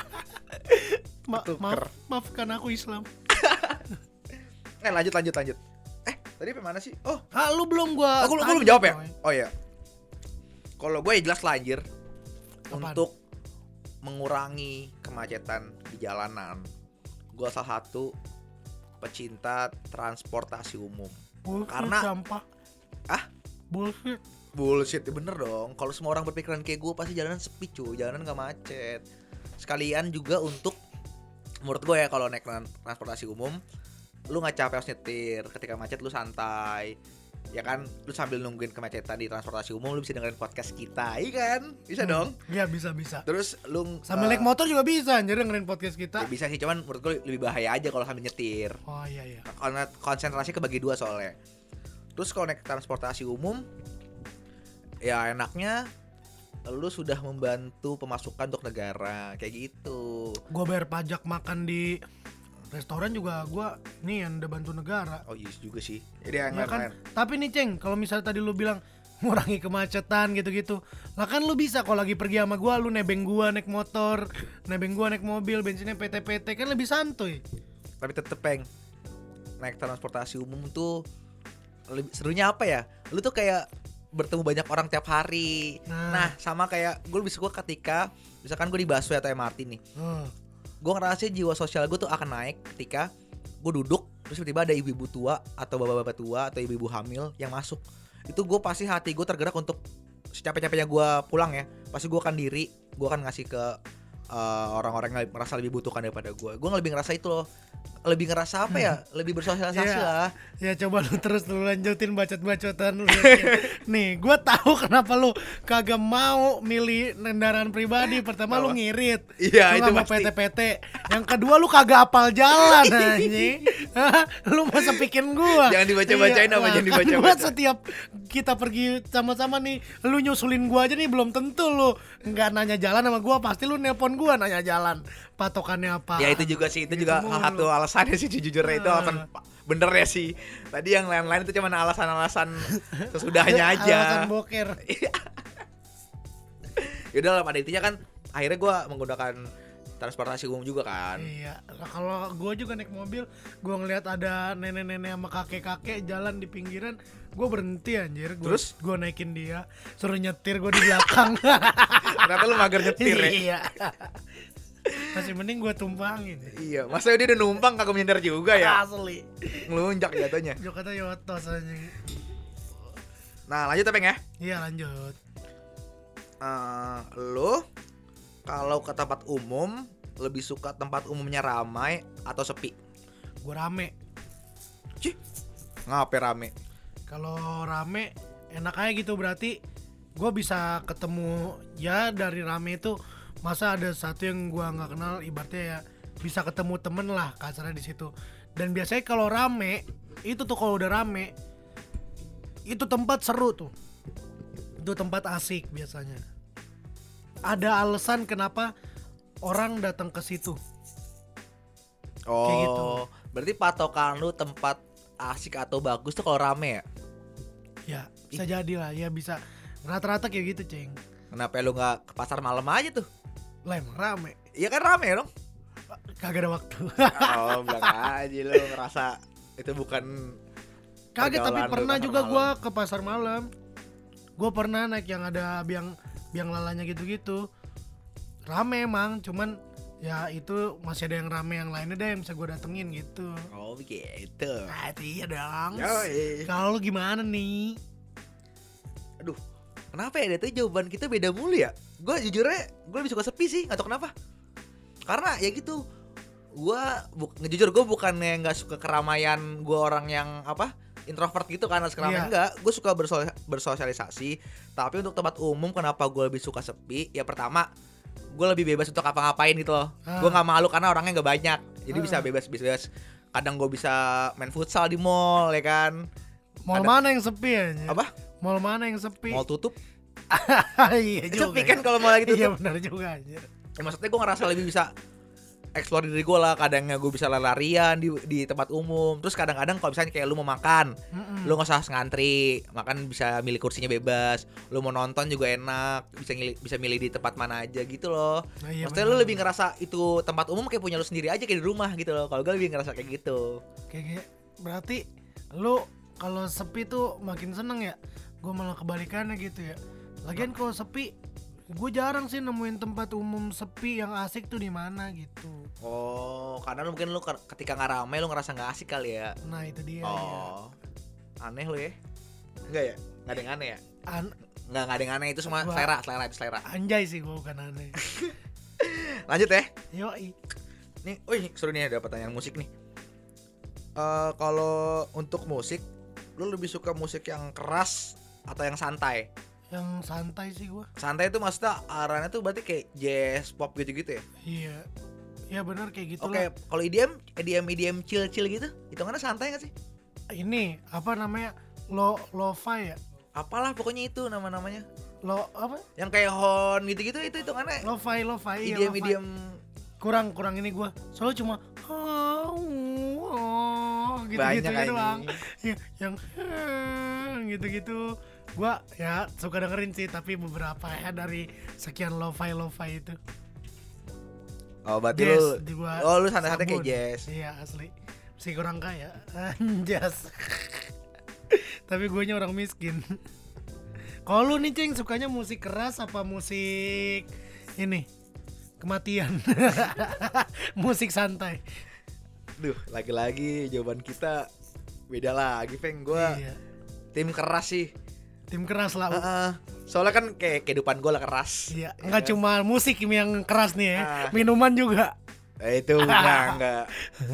Ma- Ketuker. maaf, maafkan aku Islam. Eh lanjut lanjut lanjut. Eh tadi mana sih? Oh, Ah, lu belum gua. aku, aku tanya, belum jawab ya. coy. Oh iya. Kalau gue ya jelas lah anjir. Apaan? Untuk mengurangi kemacetan di jalanan, gue salah satu pecinta transportasi umum. Bullshit, Karena- sampah. Ah? Bullshit. Bullshit, ya bener dong. Kalau semua orang berpikiran kayak gue, pasti jalanan sepi cuy, jalanan gak macet. Sekalian juga untuk, menurut gue ya, kalau naik tran- transportasi umum, lu nggak capek harus nyetir. Ketika macet lu santai, ya kan? Lu sambil nungguin kemacetan di transportasi umum, lu bisa dengerin podcast kita, iya kan? Bisa Hmm. dong. Iya bisa bisa. Terus lu Sambil eh, naik motor juga bisa anjir dengerin podcast ya kita. bisa sih, cuman menurut gue lebih bahaya aja kalau sambil nyetir. Oh iya iya. Karena konsentrasi kebagi dua soalnya. Terus kalau naik transportasi umum, ya enaknya lu sudah membantu pemasukan untuk negara kayak gitu. Gua bayar pajak makan di restoran juga gua nih yang udah bantu negara. Oh iya juga sih. Jadi yang Ya kan? lain-lain. Tapi nih Ceng, kalau misalnya tadi lu bilang ngurangi kemacetan gitu-gitu. Lah kan lu bisa kalau lagi pergi sama gua, lu nebeng gua naik motor, nebeng gua naik mobil, bensinnya P T P T kan lebih santuy. Tapi tetep Peng, naik transportasi umum tuh lebih serunya apa ya? Lu tuh kayak bertemu banyak orang tiap hari. Nah. Nah, sama kayak gue bisa gue ketika misalkan gue di busway atau M R T nih. Hmm. Gue ngerasa jiwa sosial gue tuh akan naik ketika gue duduk terus tiba-tiba ada ibu-ibu tua atau bapak-bapak tua atau ibu-ibu hamil yang masuk. Itu gue pasti hati gue tergerak untuk secapek-capeknya gue pulang ya, pasti gue akan diri, gue akan ngasih ke uh, orang-orang yang merasa lebih butuhkan daripada gue. Gue lebih ngerasa itu loh, lebih ngerasa apa ya, lebih bersosialisasi Iya. lah. Ya coba lu terus lu lanjutin bacot-bacotan lu. Nih, gua tahu kenapa lu kagak mau milih kendaraan pribadi. Pertama lu Apa? ngirit. Iya, Lu itu nggak mau pasti. P T P T. Yang kedua lu kagak apal jalan anjing. Hah? Lu masa bikin gua. Jangan dibaca-bacain Iya, apa, lah, jangan kan dibaca-bacain. gua setiap kita pergi sama-sama nih, lu nyusulin gua aja nih belum tentu lu nggak nanya jalan sama gua, pasti lu nelpon gua nanya jalan. Patokannya apa? Ya itu juga sih, itu Gitu juga mulu. salah satu alasannya sih jujurnya itu Ah. alasan pa- bener ya sih. Tadi yang lain-lain itu cuma alasan-alasan sesudahnya aja. Alasan boker. Yaudah lah, pada intinya kan akhirnya gue menggunakan transportasi umum juga kan. Iya, nah, kalau gue juga naik mobil, gue ngeliat ada nenek-nenek sama kakek-kakek jalan di pinggiran, gue berhenti anjir. Gua, Terus? gue naikin dia, suruh nyetir gue di belakang. Ternyata lu mager nyetir ya. Iya. Masih mending gue tumpangin. Iya, masa dia udah numpang kagak minder juga ya. Asli. Ngelunjak jatuhnya. Jokata yotos anjing. Nah, lanjut ya, Peng ya. Iya lanjut. Eh, lu kalau ke tempat umum lebih suka tempat umumnya ramai atau sepi? Gue rame. Cih, ngapain rame? Kalau rame enak aja gitu, berarti gue bisa ketemu ya dari rame itu. Masa ada satu yang gua nggak kenal, ibaratnya ya bisa ketemu temen lah kasarnya di situ. Dan biasanya kalau rame itu tuh, kalau udah rame itu tempat seru tuh, itu tempat asik biasanya. Ada alasan kenapa orang datang ke situ. Oh, Kayak gitu. berarti patokan lu tempat asik atau bagus tuh kalau rame ya? Ya bisa jadi lah, ya bisa rata-rata kayak gitu ceng. Kenapa lu nggak ke pasar malam aja tuh? Lah emang rame, Iya kan rame dong. kagak ada waktu. Oh, bilang aja lu ngerasa itu bukan. Kagak, tapi pergaulan lu pernah pasar juga malam. gue ke pasar malam. Gue pernah naik yang ada biang biang lalanya gitu-gitu. Rame emang, cuman ya itu masih ada yang rame yang lainnya deh yang bisa gue datengin gitu. Oh gitu. Nah iya dong. Yoi. Kalau lu gimana nih? Aduh, kenapa ya? Dari tadi jawaban kita beda mulu ya. Gue jujurnya gue lebih suka sepi sih, nggak tahu kenapa. Karena ya gitu, gue bu- ngejujur gue bukannya nggak suka keramaian, gue orang yang apa introvert gitu kan, harus keramaian. Iya. Enggak, gue suka berso- bersosialisasi. Tapi untuk tempat umum kenapa gue lebih suka sepi? Ya pertama, gue lebih bebas untuk apa-ngapain gitu loh. Ah. Gue nggak malu karena orangnya nggak banyak, jadi Ah. bisa bebas-bebas. Kadang gue bisa main futsal di mall ya kan. Mall Ada- mana yang sepi aja? Apa? Mall mana yang sepi? Mall tutup. Iya juga. Sepi kan kalau mau lagi Iya tutup. benar juga aja. Ya, maksudnya gue ngerasa lebih bisa explore diri gue lah. Kadangnya gue bisa lari-larian di di tempat umum. Terus kadang-kadang kalau misalnya kayak lu mau makan, Mm-mm. lu nggak usah ngantri, makan bisa milih kursinya bebas. Lu mau nonton juga enak, bisa milih, bisa milih di tempat mana aja gitu loh. Nah, iya Maksudnya benar. lu lebih ngerasa itu tempat umum kayak punya lu sendiri aja kayak di rumah gitu loh. Kalau gue lebih ngerasa kayak gitu. Kayak kayak berarti lu kalau sepi tuh makin seneng ya? Gue malah kebalikannya gitu ya. Lagian kalau sepi, gue jarang sih nemuin tempat umum sepi yang asik tuh di mana gitu. Oh, karena lu mungkin lu ke- ketika nggak ramai lu ngerasa nggak asik kali ya. Nah itu dia. Ya. Oh, aneh lu ya? Enggak ya? Nggak ada yang aneh ya? An- Nggak, nggak ada yang aneh, itu semua Gua- selera, selera itu selera. anjay sih gue bukan aneh. Lanjut ya. Yoi. Nih, wih, seru nih ada pertanyaan musik nih. Eh kalau untuk musik, lu lebih suka musik yang keras atau yang santai? Yang santai sih gue. Santai itu maksudnya arahnya tuh berarti kayak jazz, pop gitu-gitu ya? Iya. Ya benar kayak gitu Oke, lah. kalau E D M, E D M E D M chill-chill gitu, hitungannya santai gak sih? Ini apa namanya? Lo lo-fi ya? Apalah pokoknya itu nama-namanya. Lo apa? Yang kayak hon gitu-gitu itu hitungannya Lo-fi lo-fi. E iya, D M E D lo-fi. M. Kurang kurang ini gue. Soalnya cuma oh, oh, gitu-gitu Banyak doang. anjing. Ya, yang gitu-gitu. Gua ya suka dengerin sih, tapi beberapa ya dari sekian lo-fi lo-fi itu. Oh, berarti Jazz lu di gua Oh, lu santai-santai kayak sabun. jazz. Iya asli. Masih kurang kaya. Anjas. Tapi guanya orang miskin. Kalau lu nih Ceng sukanya musik keras apa musik ini kematian? Musik santai. Duh, lagi-lagi jawaban kita beda lagi, Peng. Gua Iya. tim keras sih. Tim keras lah. Heeh. Soalnya kan kayak kehidupan gue lah keras. Iya, Ya enggak kan? cuma musik yang keras nih ya. Ah. Minuman juga. Eh, itu enggak, enggak.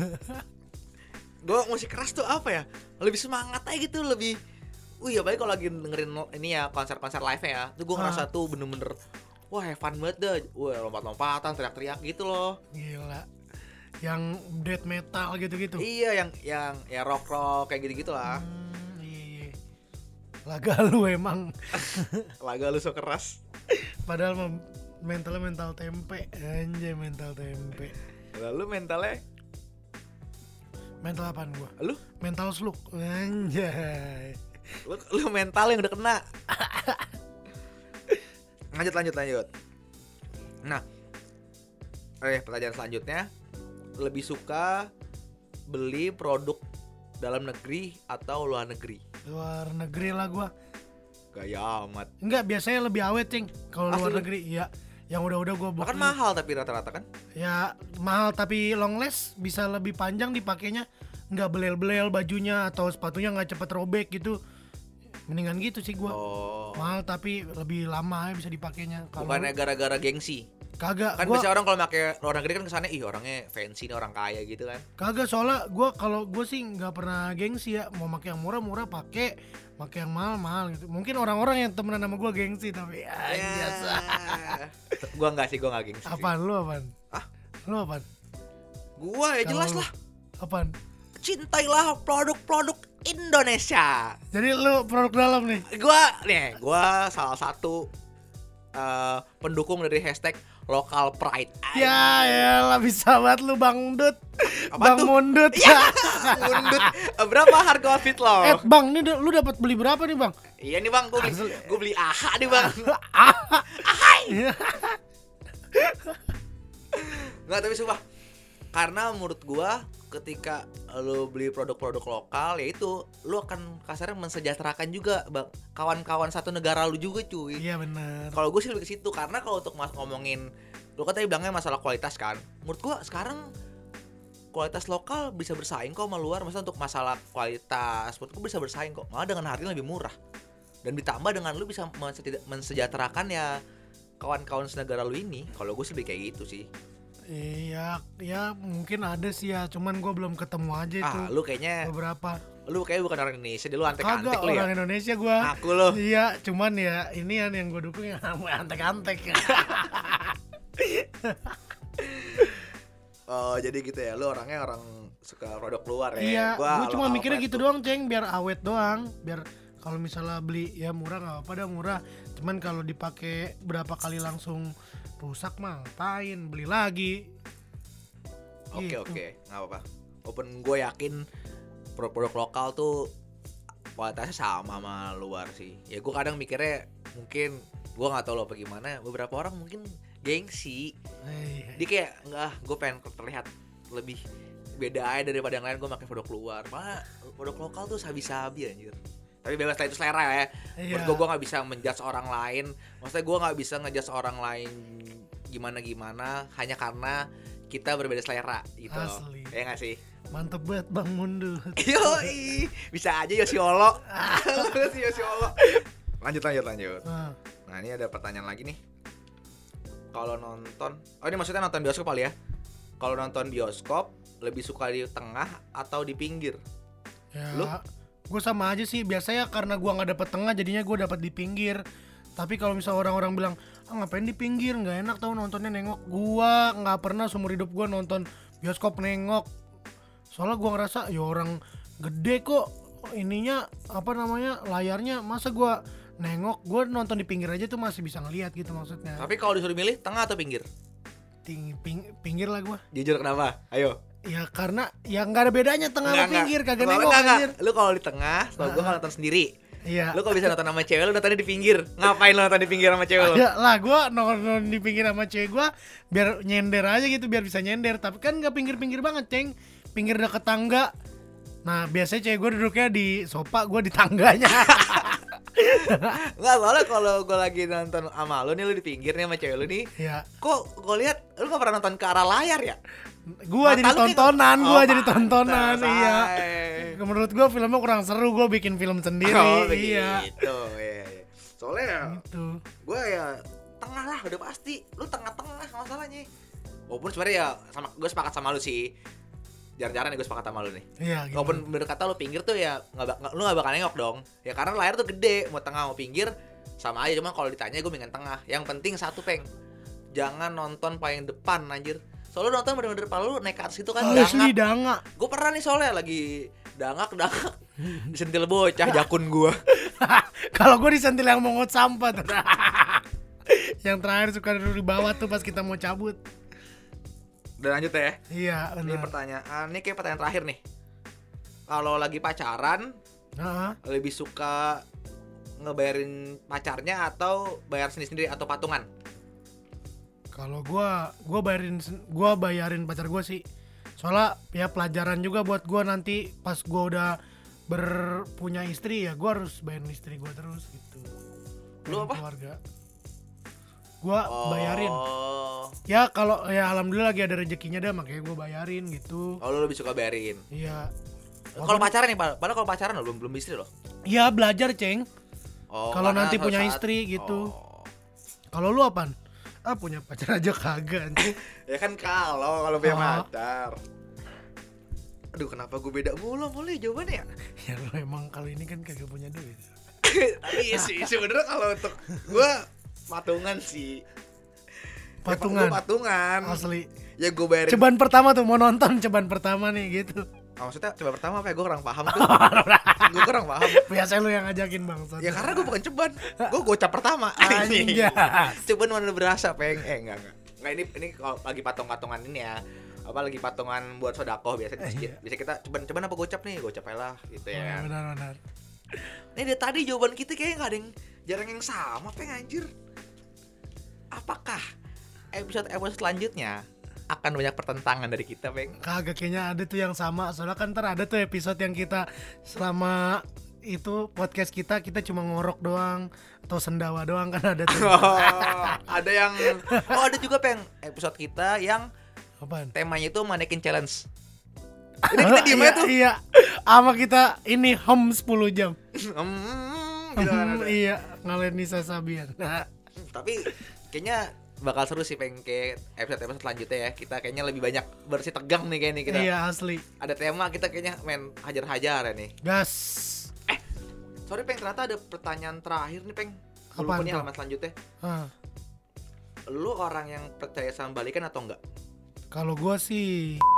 Gue musik keras tuh apa ya? Lebih semangat aja gitu, lebih Wih, ya baik kalau lagi dengerin ini ya konser-konser live ya. Tuh gue Ah. ngerasa tuh bener-bener wah, have fun banget dah. Wah, lompat-lompatan, teriak-teriak gitu loh. Gila. Yang death metal gitu-gitu. Iya, yang yang ya rock-rock kayak gitu-gitu lah. Hmm, iya, iya. Laga lu emang. Laga lu so keras. Padahal mem- mentalnya mental tempe. Anjay mental tempe. Lalu mentalnya Mental apaan gua? lu Mental slug. Anjay. lu, lu mental yang udah kena. lanjut lanjut lanjut. Nah, eh pertanyaan selanjutnya, lebih suka beli produk dalam negeri atau luar negeri? Luar negeri lah gua. Gaya amat. Enggak, biasanya lebih awet, Cing. Kalau luar Asli? negeri, iya. Yang udah-udah gua Bahkan booking. mahal tapi rata-rata kan? Ya mahal tapi long last bisa lebih panjang dipakainya, nggak belel-belel bajunya atau sepatunya nggak cepet robek gitu. Mendingan gitu sih gua. Oh. Mahal tapi lebih lama ya bisa dipakainya. Kalau Bukannya gara-gara gengsi. kagak, Kan gua biasanya orang kalau pakai luar negeri kan kesannya ih orangnya fancy nih, orang kaya gitu kan. kagak soalnya gua kalau gua sih nggak pernah gengsi ya. Mau pakai yang murah-murah pakai, pakai yang mahal-mahal gitu. Mungkin orang-orang yang temenan sama gua gengsi tapi ya, biasa. Gua enggak sih, gua enggak gengsi. sih. Apaan lu apaan? Ah? Lu apaan? Gua ya jelas Kalau- lah. Apaan? Cintailah produk-produk Indonesia. Jadi lu produk dalam nih. Gua nih, gua salah satu eh, pendukung dari hashtag local pride. Ya elah bisa banget lu Bang Dut. Apa Bang tuh? Mundut. Ya, mundut. Berapa harga outfit lo? Eh Bang, ini lu dapat beli berapa nih Bang? Iya nih bang, gua beli, Asli. gua beli A H nih bang. Nggak, tapi sumpah, karena menurut gua ketika lu beli produk-produk lokal, ya itu lu akan kasarnya mensejahterakan juga bang kawan-kawan satu negara lu juga cuy. Iya benar. Kalau gue sih lebih ke situ, karena kalau untuk mas ngomongin Lu kan tadi bilangnya masalah kualitas kan. Menurut gua sekarang kualitas lokal bisa bersaing kok sama luar. Maksudnya untuk masalah kualitas, menurut gua bisa bersaing kok. Malah dengan harga lebih murah. Dan ditambah dengan lu bisa mensejahterakan ya kawan-kawan senegara lu ini. Kalau gue sih lebih kayak gitu sih. Iya, ya mungkin ada sih ya, cuman gue belum ketemu aja itu. Ah, lu kayaknya beberapa. Lu kayaknya bukan orang Indonesia, dia lu antek-antek lu ya. Orang Indonesia gue. Aku lu. Iya, cuman ya ini yang yang gue dukung yang antek-antek. Oh, jadi gitu ya. Lu orangnya orang suka produk luar ya. Iya, gue cuma mikirnya gitu tuh. doang, Ceng, biar awet doang, biar kalau misalnya beli ya murah nggak apa-apa dah murah. Cuman kalau dipakai berapa kali langsung rusak mah ngapain beli lagi. Oke Gitu. oke, nggak apa-apa. Walaupun gue yakin produk-produk lokal tuh kualitasnya sama sama luar sih. Ya gue kadang mikirnya mungkin gue nggak tahu lo apa gimana. Beberapa orang mungkin gengsi. Hey. Dia kayak nggak, gue pengen terlihat lebih beda aja daripada yang lain. Gue pakai produk luar. Malah produk lokal tuh sabi-sabi anjir. Tapi bebas lah, itu selera ya. Iya. Menurut gue, gue gak bisa menjudge orang lain. Maksudnya gue gak bisa ngejudge orang lain gimana-gimana hanya karena kita berbeda selera gitu. Asli. Ya gak sih? Mantep banget Bang Mundut. Yoi, bisa aja Yosiolo. Si Yosiolo. Lanjut lanjut lanjut. Nah, Nah ini ada pertanyaan lagi nih. Kalau nonton, oh ini maksudnya nonton bioskop kali ya? Kalau nonton bioskop lebih suka di tengah atau di pinggir? ya. Lu? Gue sama aja sih, biasanya karena gue nggak dapet tengah jadinya gue dapet di pinggir. Tapi kalau misal orang-orang bilang ah ngapain di pinggir, nggak enak tau nontonnya nengok. Gue nggak pernah seumur hidup gue nonton bioskop nengok. Soalnya gue ngerasa ya orang gede kok ininya apa namanya layarnya, masa gue nengok. Gue nonton di pinggir aja tuh masih bisa ngelihat gitu maksudnya. Tapi kalau disuruh milih tengah atau pinggir? Ting, ping, pinggir lah gue. Jujur kenapa? Ayo. Ya karena ya nggak ada bedanya tengah sama pinggir, kagak Soalnya nengok kagak. anjir. Lu kalau di tengah, setahu gue kalau nonton sendiri. Iya. Lu kalau bisa nonton sama cewek, lu nontonnya di pinggir. Ngapain lu nonton di pinggir sama cewek lu? Ya lah, gue nonton di pinggir sama cewek gue biar nyender aja gitu, biar bisa nyender. Tapi kan nggak pinggir-pinggir banget, Ceng. Pinggir deket tangga. Nah biasanya cewek gue duduknya di sofa, gue di tangganya. Enggak, soalnya kalau gue lagi nonton sama lu nih, lu di pinggir nih sama cewek lu nih. Ya. Kok gue lihat lu gak pernah nonton ke arah layar ya? Gue jadi Mata lu tontonan, kayak- gue Oh, jadi tontonan, pantes, iya. ay. Menurut gue filmnya kurang seru, gue bikin film sendiri, Oh iya. begitu, iya, iya. Soalnya ya, Gitu. gue ya tengah lah udah pasti. Lu tengah-tengah masalahnya. Walaupun sebenarnya ya sama gue sepakat sama lu sih. Jarang-jarang nih gue sepakat sama lu nih. Iya. Gitu. Walaupun bener kata lu pinggir tuh ya nggak bak- lu nggak bakal nengok dong. Ya karena layar tuh gede, mau tengah mau pinggir sama aja. Cuma kalau ditanya gue pengen tengah. Yang penting satu peng, jangan nonton paling depan anjir. Soalnya nonton bener-bener depan lu naik ke atas itu kan Asli dangak. dangak. Gue pernah nih soalnya lagi dangak dangak disentil bocah jakun gue. Kalau gue disentil yang mongot sampah tuh. Yang terakhir suka duduk di bawah tuh pas kita mau cabut. Udah lanjut ya. Iya, Ini benar. pertanyaan, ini kayak pertanyaan terakhir nih. Kalau lagi pacaran Heeh. lebih suka ngebayarin pacarnya atau bayar sendiri-sendiri atau patungan? Kalau gua gua bayarin sen- gua bayarin pacar gua sih. Soalnya ya pelajaran juga buat gua nanti pas gua udah berpunya istri ya gua harus bayarin istri gua terus gitu. Lu Bayarin apa? Keluarga. Gua bayarin. Oh. Ya kalau ya alhamdulillah lagi ada rezekinya dah makanya gua bayarin gitu. Oh, lu lebih suka bayarin. Iya. Kalau pacaran nih, Pak. Padahal kalau pacaran lo belum belum istri loh. Iya belajar, Ceng. Oh, Kalau karena nanti suatu punya saat- istri gitu. Oh. Kalau lu apaan? Ah punya pacar aja kagak anjing. Ya kan kalau kalau punya Oh. pacar. Aduh, kenapa gue beda mulu mulu ya jawabannya ya? Ya lu emang kalau ini kan kagak punya duit. Tapi iya sih sebenarnya kalau untuk gue patungan sih. Patungan. Ya, gua patungan. Asli. Ya gue bayarin. Cobaan pertama tuh mau nonton cobaan pertama nih gitu. Oh, maksudnya coba pertama apa ya? Gue kurang paham tuh. Gue kurang paham. Biasanya lu yang ngajakin bang. Ya karena gue bukan ceban. Gue gocap pertama. Anjing. Ceban mana berasa peng. Eh enggak enggak. Enggak ini ini kalau lagi patung-patungan ini ya. Apa lagi patungan buat sodako biasa di masjid. Biasa kita ceban-ceban apa gocap nih? Gocap aja lah gitu ya. Benar-benar. Ini dari tadi jawaban kita kayaknya nggak ada yang jarang yang sama peng anjir. Apakah episode episode selanjutnya akan banyak pertentangan dari kita peng? Kagak, kayaknya ada tuh yang sama. Soalnya kan ntar ada tuh episode yang kita selama itu podcast kita kita cuma ngorok doang atau sendawa doang kan ada tuh. Oh, ada yang oh ada juga peng episode kita yang Apaan? temanya itu manekin challenge. Ini kita diem iya, aja tuh. Iya. Sama kita ini home sepuluh jam. Hmm, gitu kan ada. Iya, ngalahin Nisa Sabian. Nah, Tapi kayaknya bakal seru sih peng kayak episode-episode selanjutnya ya. Kita kayaknya lebih banyak bersih tegang nih kayak nih kita. iya asli. Ada tema kita kayaknya main hajar-hajar ya nih. Gas. Sorry peng ternyata ada pertanyaan terakhir nih peng. Gue Apaan lupa nih tuh? halaman selanjutnya. Ah, Lu orang yang percaya sama balikan atau enggak? kalau gua sih